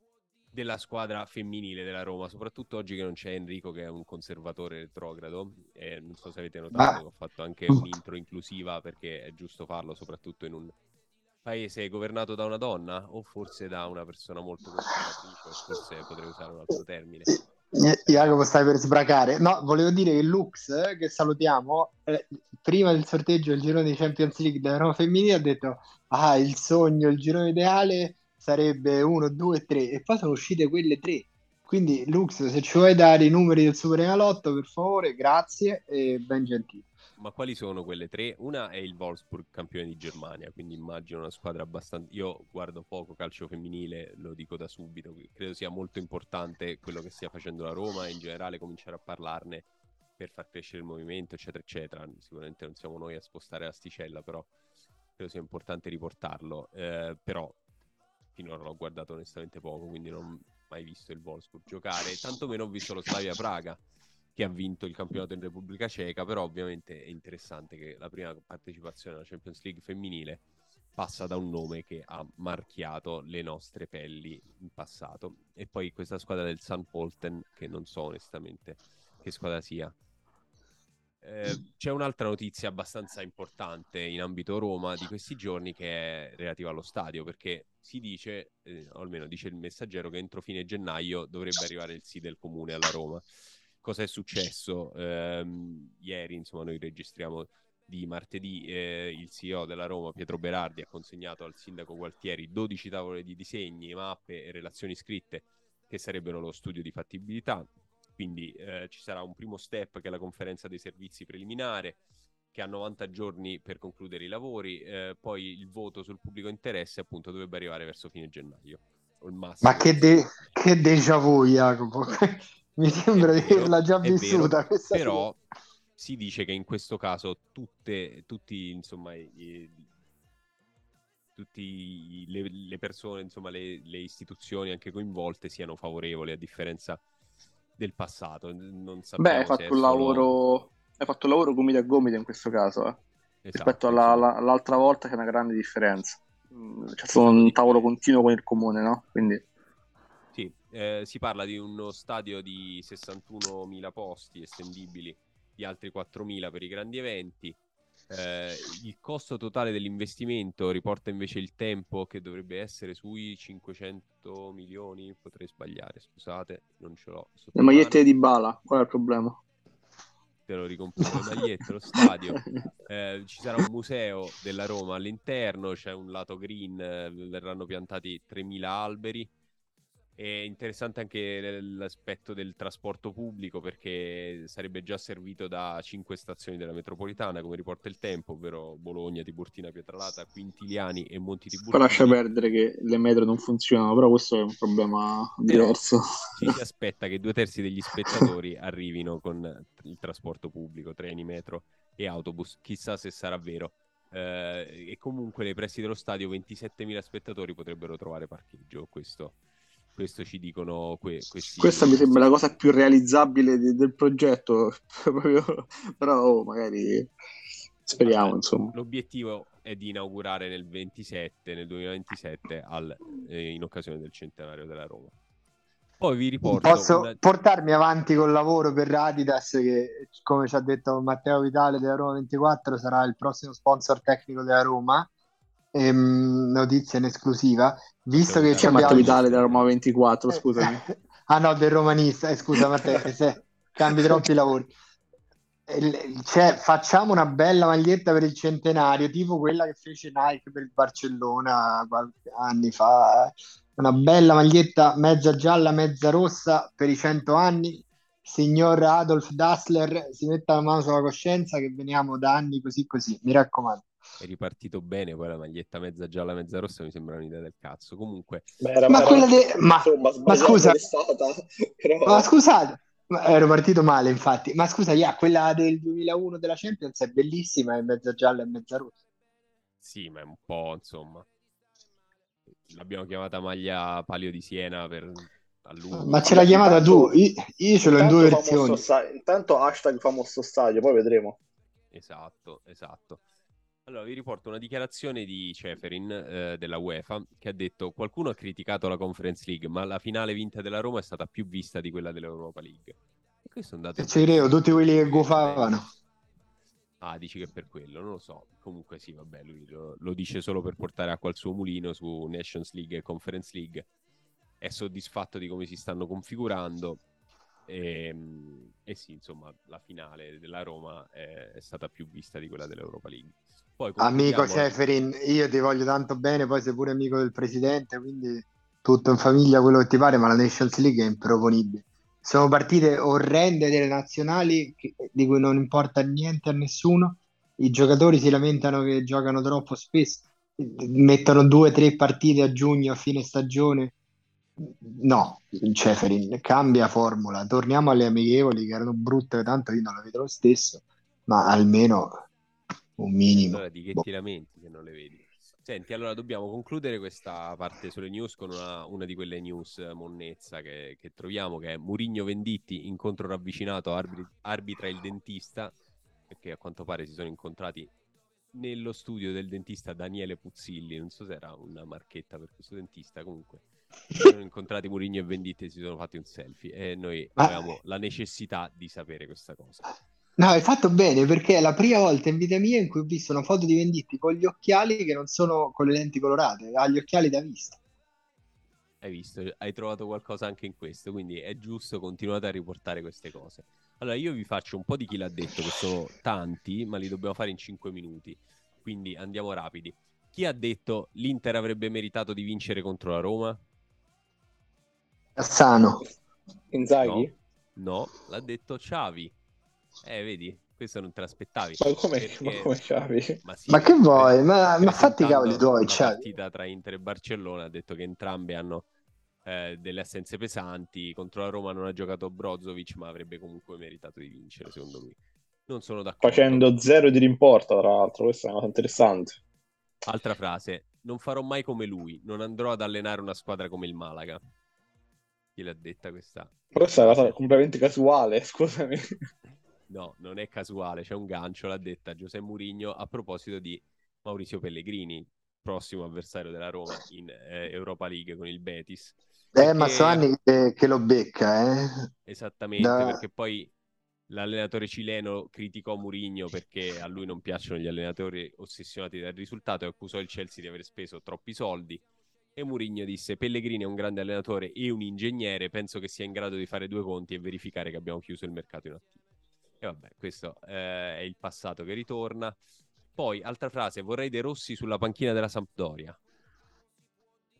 della squadra femminile della Roma, soprattutto oggi che non c'è Enrico che è un conservatore retrogrado, e non so se avete notato Ma che ho fatto anche un'intro inclusiva perché è giusto farlo soprattutto in un paese governato da una donna o forse da una persona molto conservatrice, o forse potrei usare un altro termine. I- Eh, Jacopo, stai per sbracare. No, volevo dire che Lux, eh, che salutiamo, eh, prima del sorteggio del girone di Champions League della Roma femminile ha detto: ah, il sogno, il girone ideale sarebbe uno, due, tre, e poi sono uscite quelle tre. Quindi, Lux, se ci vuoi dare i numeri del Super Enalotto, per favore, grazie e ben gentile. ma quali sono quelle tre? Una è il Wolfsburg, campione di Germania, quindi immagino una squadra abbastanza... Io guardo poco calcio femminile, lo dico da subito, credo sia molto importante quello che stia facendo la Roma e in generale cominciare a parlarne per far crescere il movimento, eccetera, eccetera. Sicuramente non siamo noi a spostare l'asticella, però credo sia importante riportarlo. Eh, però finora l'ho guardato onestamente poco, quindi non ho mai visto il Wolfsburg giocare, tantomeno ho visto lo Slavia Praga, che ha vinto il campionato in Repubblica Ceca, però ovviamente è interessante che la prima partecipazione alla Champions League femminile passa da un nome che ha marchiato le nostre pelli in passato. E poi questa squadra del San Polten, che non so onestamente che squadra sia. Eh, c'è un'altra notizia abbastanza importante in ambito Roma di questi giorni che è relativa allo stadio, perché si dice, eh, o almeno dice il Messaggero, che entro fine gennaio dovrebbe arrivare il sì del comune alla Roma. Cosa è successo? Ehm, ieri, insomma, noi registriamo di martedì, eh, il C E O della Roma, Pietro Berardi, ha consegnato al sindaco Gualtieri dodici tavole di disegni, mappe e relazioni scritte che sarebbero lo studio di fattibilità. Quindi eh, ci sarà un primo step che è la conferenza dei servizi preliminare, che ha novanta giorni per concludere i lavori, eh, poi il voto sul pubblico interesse appunto dovrebbe arrivare verso fine gennaio, o il massimo. Ma che, de- che déjà vu, Jacopo. Mi sembra di vero, averla già è vissuta vero, questa però cosa. si dice che in questo caso tutte, tutti, insomma, i, tutti le, le persone, insomma, le, le istituzioni anche coinvolte siano favorevoli, a differenza del passato. Non Beh, hai sappiamo se è fatto un solo... lavoro, hai fatto un lavoro gomito a gomito in questo caso, eh. Rispetto Esatto, alla- insomma, alla- all'altra volta c'è una grande differenza. Mm, C'è ci stato sono un di tavolo quei... continuo con il comune, no? Quindi Sì, eh, si parla di uno stadio di sessantunomila posti estendibili, di altri quattromila per i grandi eventi. Eh, il costo totale dell'investimento riporta invece il tempo che dovrebbe essere sui cinquecento milioni, potrei sbagliare, scusate, non ce l'ho le sotto magliette mano, di Dybala, qual è il problema? te lo ricomprare le magliette, lo stadio. Eh, ci sarà un museo della Roma all'interno, c'è un lato green, eh, verranno piantati tremila alberi. È interessante anche l'aspetto del trasporto pubblico, perché sarebbe già servito da cinque stazioni della metropolitana, come riporta il Tempo, ovvero Bologna, Tiburtina, Pietralata, Quintiliani e Monti Poi lascia Tiburtini. perdere che le metro non funzionano, però questo è un problema Però diverso. ci si aspetta che due terzi degli spettatori arrivino con il trasporto pubblico, treni, metro e autobus. Chissà se sarà vero. Eh, e comunque nei pressi dello stadio ventisettemila spettatori potrebbero trovare parcheggio. Questo, questo ci dicono que- Questa questi, mi questi sembra la cosa studi. più realizzabile di- del progetto, proprio- però oh, magari Allora, speriamo, insomma. l'obiettivo è di inaugurare nel ventisette, nel duemilaventisette, al- eh, in occasione del centenario della Roma. Poi vi riporto Posso una... portarmi avanti col lavoro per Adidas che, come ci ha detto Matteo Vitale della Roma ventiquattro, sarà il prossimo sponsor tecnico della Roma. Ehm, notizia in esclusiva, Matteo visto che Chi ci è Vitale Matteo abbiamo... Vitale romanista, della Roma intendo. ventiquattro, Eh, scusami. ah no, del romanista, eh, scusa Matteo, eh, se cambi troppi lavori. Il- Cioè, facciamo una bella maglietta per il centenario, tipo quella che fece Nike per il Barcellona qualche anni fa. Una bella maglietta mezza gialla, mezza rossa per i cento anni. Signor Adolf Dassler, si metta la mano sulla coscienza che veniamo da anni così così, mi raccomando. È ripartito bene, poi la maglietta mezza gialla, mezza rossa mi sembra un'idea del cazzo. Comunque, Beh, era, Ma era quella anche, de... Ma, insomma, ma sbagliata scusa, testata, ma però scusate, ma ero partito male infatti. Ma scusa, yeah, quella del duemilauno della Champions è bellissima, è mezza gialla e mezza rossa. sì, ma è un po', insomma, l'abbiamo chiamata maglia Palio di Siena per... a Ma lungo. ce l'hai beh, chiamata tu? intanto, Io, io ce l'ho in due intanto famoso versioni. sta- intanto hashtag famoso stadio, poi vedremo. Esatto, esatto. Allora, vi riporto una dichiarazione di Ceferin, eh, della UEFA, che ha detto: qualcuno ha criticato la Conference League, ma la finale vinta della Roma è stata più vista di quella dell'Europa League. E questo è un dato E ci credo, tutti interessante, quelli che perché gufavano. penso... Ah, dici che per quello, non lo so. Comunque sì, vabbè, lui lo, lo dice solo per portare acqua al suo mulino su Nations League e Conference League. È soddisfatto di come si stanno configurando. E, e sì, insomma, la finale della Roma è, è stata più vista di quella dell'Europa League. Poi Amico concludiamo. Ceferin, io ti voglio tanto bene, poi sei pure amico del presidente, quindi tutto in famiglia, quello che ti pare, ma la Nations League è improponibile. Sono partite orrende delle nazionali che- di cui non importa niente a nessuno. I giocatori si lamentano che giocano troppo spesso, mettono due o tre partite a giugno a fine stagione. No, Ceferin, cambia formula, torniamo alle amichevoli che erano brutte, tanto io non la vedo lo stesso, ma almeno un E minimo. allora di che Boh. ti lamenti che non le vedi? Senti, allora dobbiamo concludere questa parte sulle news con una, una di quelle news eh, monnezza che, che troviamo, che è Murigno Venditti, incontro ravvicinato, arbit- arbitra il dentista, perché a quanto pare si sono incontrati nello studio del dentista Daniele Puzzilli, non so se era una marchetta per questo dentista, comunque si sono incontrati Murigno e Venditti e si sono fatti un selfie e noi Ma avevamo la necessità di sapere questa cosa. no, hai fatto bene perché è la prima volta in vita mia in cui ho visto una foto di Venditti con gli occhiali che non sono con le lenti colorate, ha gli occhiali da vista. Hai visto, hai trovato qualcosa anche in questo, quindi è giusto, continuate a riportare queste cose. Allora, io vi faccio un po' di chi l'ha detto, che sono tanti, ma li dobbiamo fare in cinque minuti, quindi andiamo rapidi. Chi ha detto l'Inter avrebbe meritato di vincere contro la Roma? Cassano. No, Inzaghi? no, l'ha detto Xavi. Eh, vedi, questo non te l'aspettavi, Ma come, ma perché... come Xavi? Ma sì, Ma che perché pre- vuoi? Ma, ma fatti i cavoli presentando tuoi, la cioè. partita tra Inter e Barcellona ha detto che entrambe hanno eh, delle assenze pesanti. Contro la Roma non ha giocato Brozovic, ma avrebbe comunque meritato di vincere, secondo lui. Non sono d'accordo. Facendo zero di rimporto, tra l'altro, questa è una cosa interessante. Altra frase, non farò mai come lui, non andrò ad allenare una squadra come il Malaga. Chi l'ha detta questa Però questa è una cosa frase? completamente casuale, scusami. No, non è casuale, c'è un gancio, l'ha detta Giuseppe Mourinho a proposito di Maurizio Pellegrini, prossimo avversario della Roma in eh, Europa League con il Betis, Eh, ma so perché anni che, che lo becca, eh. esattamente, Da- perché poi l'allenatore cileno criticò Mourinho perché a lui non piacciono gli allenatori ossessionati dal risultato e accusò il Chelsea di aver speso troppi soldi. E Mourinho disse: Pellegrini è un grande allenatore e un ingegnere, penso che sia in grado di fare due conti e verificare che abbiamo chiuso il mercato in attivo. E vabbè, questo eh, è il passato che ritorna. Poi, altra frase, vorrei De Rossi sulla panchina della Sampdoria.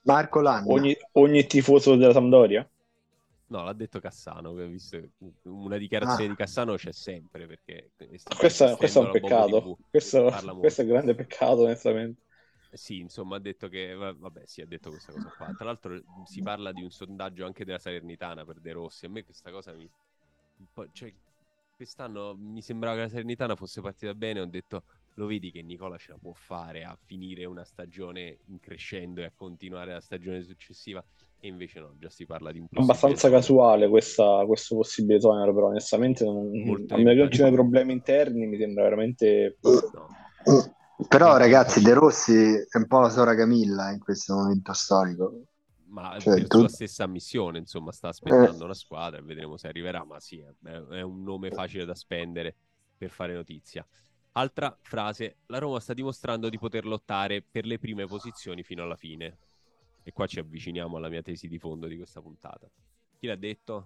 Marco Lanna. Ogni, ogni tifoso della Sampdoria? No, l'ha detto Cassano, che ho visto una dichiarazione Ah. di Cassano c'è sempre, perché Questo, questo è un esistendo la bomba peccato. tivù, Questo, parla questo è un molto. grande peccato, onestamente. Sì, insomma, ha detto che, va- vabbè, sì, ha detto questa cosa qua. Tra l'altro si parla di un sondaggio anche della Salernitana per De Rossi. A me questa cosa mi... un po'- cioè, quest'anno mi sembrava che la Salernitana fosse partita bene, ho detto, lo vedi che Nicola ce la può fare a finire una stagione in crescendo e a continuare la stagione successiva, e invece no, già si parla di un possibile Abbastanza esonero. casuale questa, questo possibile esonero, però onestamente non, Molto a meno che non ci siano empatico. problemi interni mi sembra veramente... No, Però molta ragazzi, De empatia. Rossi è un po' la Sora Camilla in questo momento storico. Ma Cioè, per tu... sua stessa ammissione, insomma, sta eh, aspettando una squadra e vedremo se arriverà, ma sì, è, è un nome facile da spendere per fare notizia. Altra frase, la Roma sta dimostrando di poter lottare per le prime posizioni fino alla fine. E qua ci avviciniamo alla mia tesi di fondo di questa puntata. Chi l'ha detto?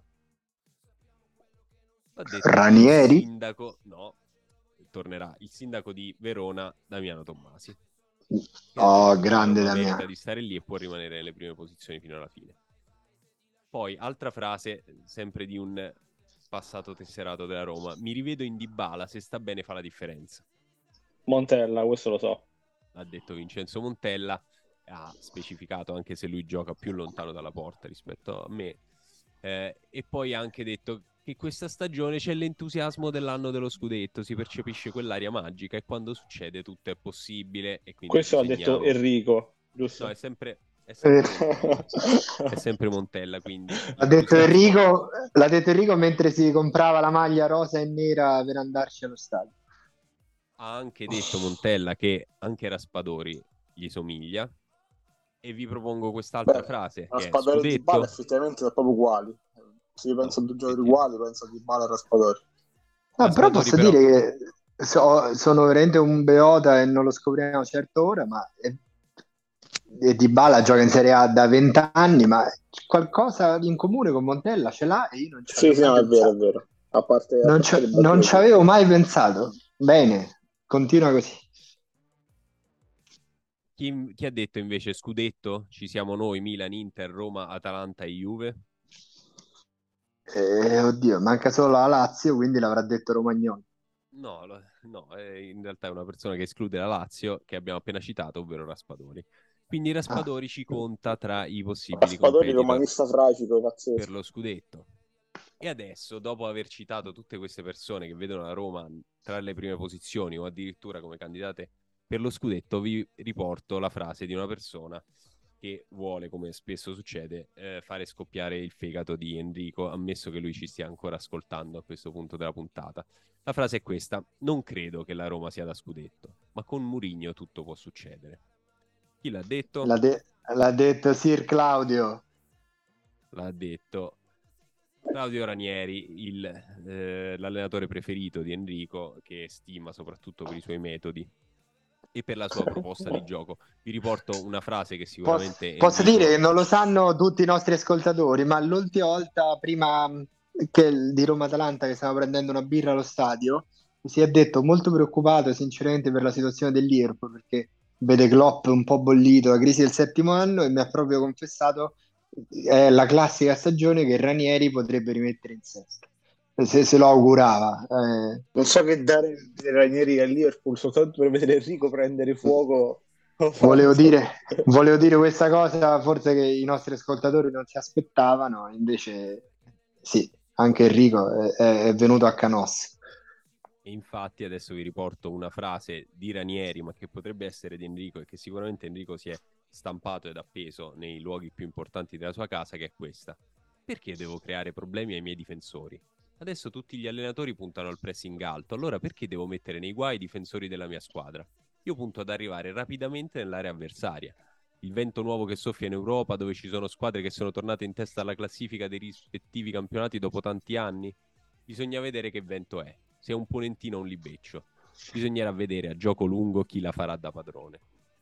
L'ha detto il Ranieri? sindaco, no, tornerà, il sindaco di Verona, Damiano Tommasi, che ha Oh, detto che la grande Roma merita Damiano. di stare lì e può rimanere nelle prime posizioni fino alla fine. Poi, altra frase, sempre di un passato tesserato della Roma, mi rivedo in Dybala, se sta bene fa la differenza. Montella, questo lo so. Ha detto Vincenzo Montella, ha specificato anche se lui gioca più lontano dalla porta rispetto a me, eh, e poi ha anche detto che questa stagione c'è l'entusiasmo dell'anno dello scudetto, si percepisce quell'aria magica e quando succede tutto è possibile e quindi Questo ci l'ha detto segniamo. Enrico, No, giusto? è sempre, è Eh, sempre Montella. È sempre Montella, quindi L'ha detto l'entusiasmo. Enrico, l'ha detto Enrico mentre si comprava la maglia rosa e nera per andarci allo stadio. Ha anche detto Montella che anche Raspadori gli somiglia. E vi propongo quest'altra Beh, frase che è Raspadori e Dybala scudetto. effettivamente sono proprio uguali. Se io penso No, a due giocatori effettivamente. uguali, penso a Dybala e Raspadori. No, però Raspadori posso però, dire che so- sono veramente un beota e non lo scopriamo a certa ora, ma è, e Dybala gioca in Serie A da vent'anni, ma qualcosa in comune con Montella ce l'ha e io non ci Sì, avevo sì, mai no, è vero, è pensato. vero. A parte, a Non parte ci le non ci battute, avevo mai pensato. Bene, continua così. chi, chi ha detto invece scudetto? Ci siamo noi, Milan, Inter, Roma, Atalanta e Juve. Eh, oddio, manca solo la Lazio, quindi l'avrà detto Romagnoli. No, lo- no, è- in realtà è una persona che esclude la Lazio, che abbiamo appena citato, ovvero Raspadori. Quindi Ah. Raspadori ci conta tra i possibili Raspadori competitor romanista tragico, per pazzesco. lo scudetto. E adesso, dopo aver citato tutte queste persone che vedono la Roma tra le prime posizioni o addirittura come candidate per lo scudetto, vi riporto la frase di una persona che vuole, come spesso succede, eh, fare scoppiare il fegato di Enrico, ammesso che lui ci stia ancora ascoltando a questo punto della puntata. La frase è questa: non credo che la Roma sia da scudetto, ma con Mourinho tutto può succedere. Chi l'ha detto? L'ha, de- l'ha detto Sir Claudio. L'ha detto Claudio Ranieri, il, eh, l'allenatore preferito di Enrico, che stima soprattutto per i suoi metodi e per la sua proposta di gioco. Vi riporto una frase che Posso, sicuramente posso dire Enrico... che non lo sanno tutti i nostri ascoltatori, ma l'ultima volta, prima che di Roma-Atalanta, che stavo prendendo una birra allo stadio, si è detto molto preoccupato sinceramente per la situazione del Liverpool, perché vede Klopp un po' bollito, la crisi del settimo anno, e mi ha proprio confessato è la classica stagione che Ranieri potrebbe rimettere in sesto. Se, se lo augurava. Eh, Non so che dare ai Ranieri al Liverpool soltanto per vedere Enrico prendere fuoco. Lo Volevo faranno. dire, volevo dire questa cosa, forse che i nostri ascoltatori non si aspettavano, invece sì, anche Enrico è, è- è venuto a Canossa. E infatti adesso vi riporto una frase di Ranieri, ma che potrebbe essere di Enrico e che sicuramente Enrico si è stampato ed appeso nei luoghi più importanti della sua casa, che è questa: perché devo creare problemi ai miei difensori? Adesso tutti gli allenatori puntano al pressing alto, allora perché devo mettere nei guai i difensori della mia squadra? Io punto ad arrivare rapidamente nell'area avversaria. Il vento nuovo che soffia in Europa, dove ci sono squadre che sono tornate in testa alla classifica dei rispettivi campionati dopo tanti anni, bisogna vedere che vento è, se è un ponentino o un libeccio. Bisognerà vedere a gioco lungo chi la farà da padrone.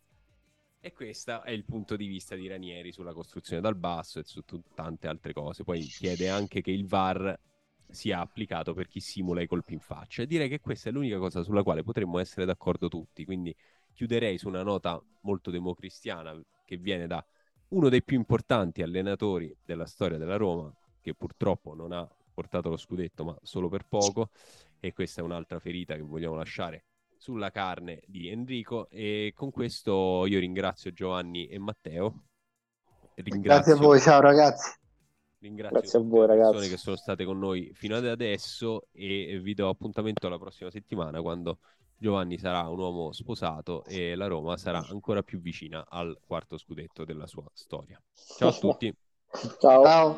E questo è il punto di vista di Ranieri sulla costruzione dal basso e su t- tante altre cose. Poi chiede anche che il V A R sia applicato per chi simula i colpi in faccia. E direi che questa è l'unica cosa sulla quale potremmo essere d'accordo tutti. Quindi chiuderei su una nota molto democristiana che viene da uno dei più importanti allenatori della storia della Roma, che purtroppo non ha portato lo scudetto, ma solo per poco, e questa è un'altra ferita che vogliamo lasciare sulla carne di Enrico. E con questo io ringrazio Giovanni e Matteo. Grazie a voi, ciao ragazzi. Ringrazio Grazie a tutte voi, le persone ragazzi. che sono state con noi fino ad adesso e vi do appuntamento la prossima settimana, quando Giovanni sarà un uomo sposato e la Roma sarà ancora più vicina al quarto scudetto della sua storia. Ciao a tutti. Ciao. Ciao.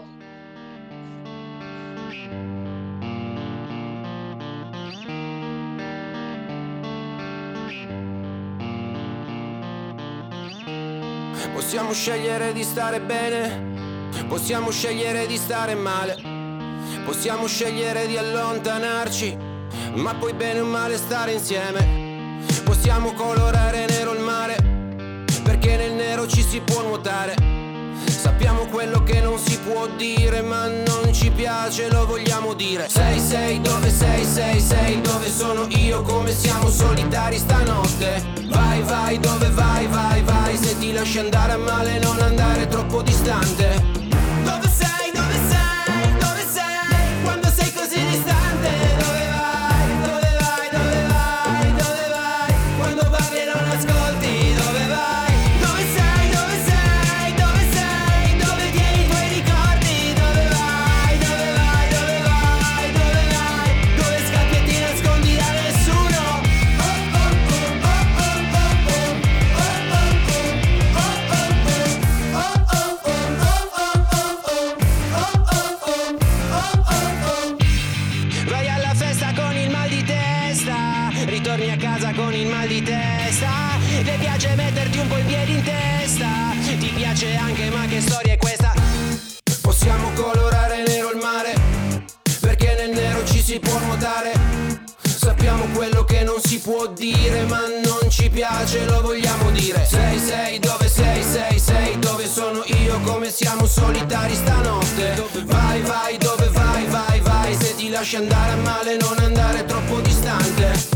Possiamo scegliere di stare bene, possiamo scegliere di stare male, possiamo scegliere di allontanarci, ma poi bene o male stare insieme. Possiamo colorare nero il mare, perché nel nero ci si può nuotare. Sappiamo quello che non si può dire, ma non ci piace, lo vogliamo dire. Sei, sei, dove sei, sei, sei, dove sono io, come siamo solitari stanotte. Vai, vai, dove vai, vai, vai, se ti lasci andare a male non andare troppo distante. Dove sei, dove sei, dove sei, quando sei così distante. Dove vai, dove vai, dove vai, dove vai, quando parli e non ascolti. Dove vai, dove sei, dove sei, dove sei, dove tieni i tuoi ricordi. Dove vai, dove vai, dove vai, dove vai, dove scappi e ti nascondi da nessuno. Oh oh oh oh oh oh oh. Vai alla festa con il mal di testa, ritorni a casa con il mal di testa. Le piace metterti un po' i piedi in testa, ti piace anche, ma che storia è questa? Possiamo colorare nero il mare, perché nel nero ci si può nuotare. Sappiamo quello che non si può dire, ma non ci piace, lo vogliamo dire. Sei, sei, dove sei, sei, sei, dove sono io, come siamo solitari stanotte. Dove vai, vai, dove vai, vai, vai, se ti lasci andare a male non andare troppo distante.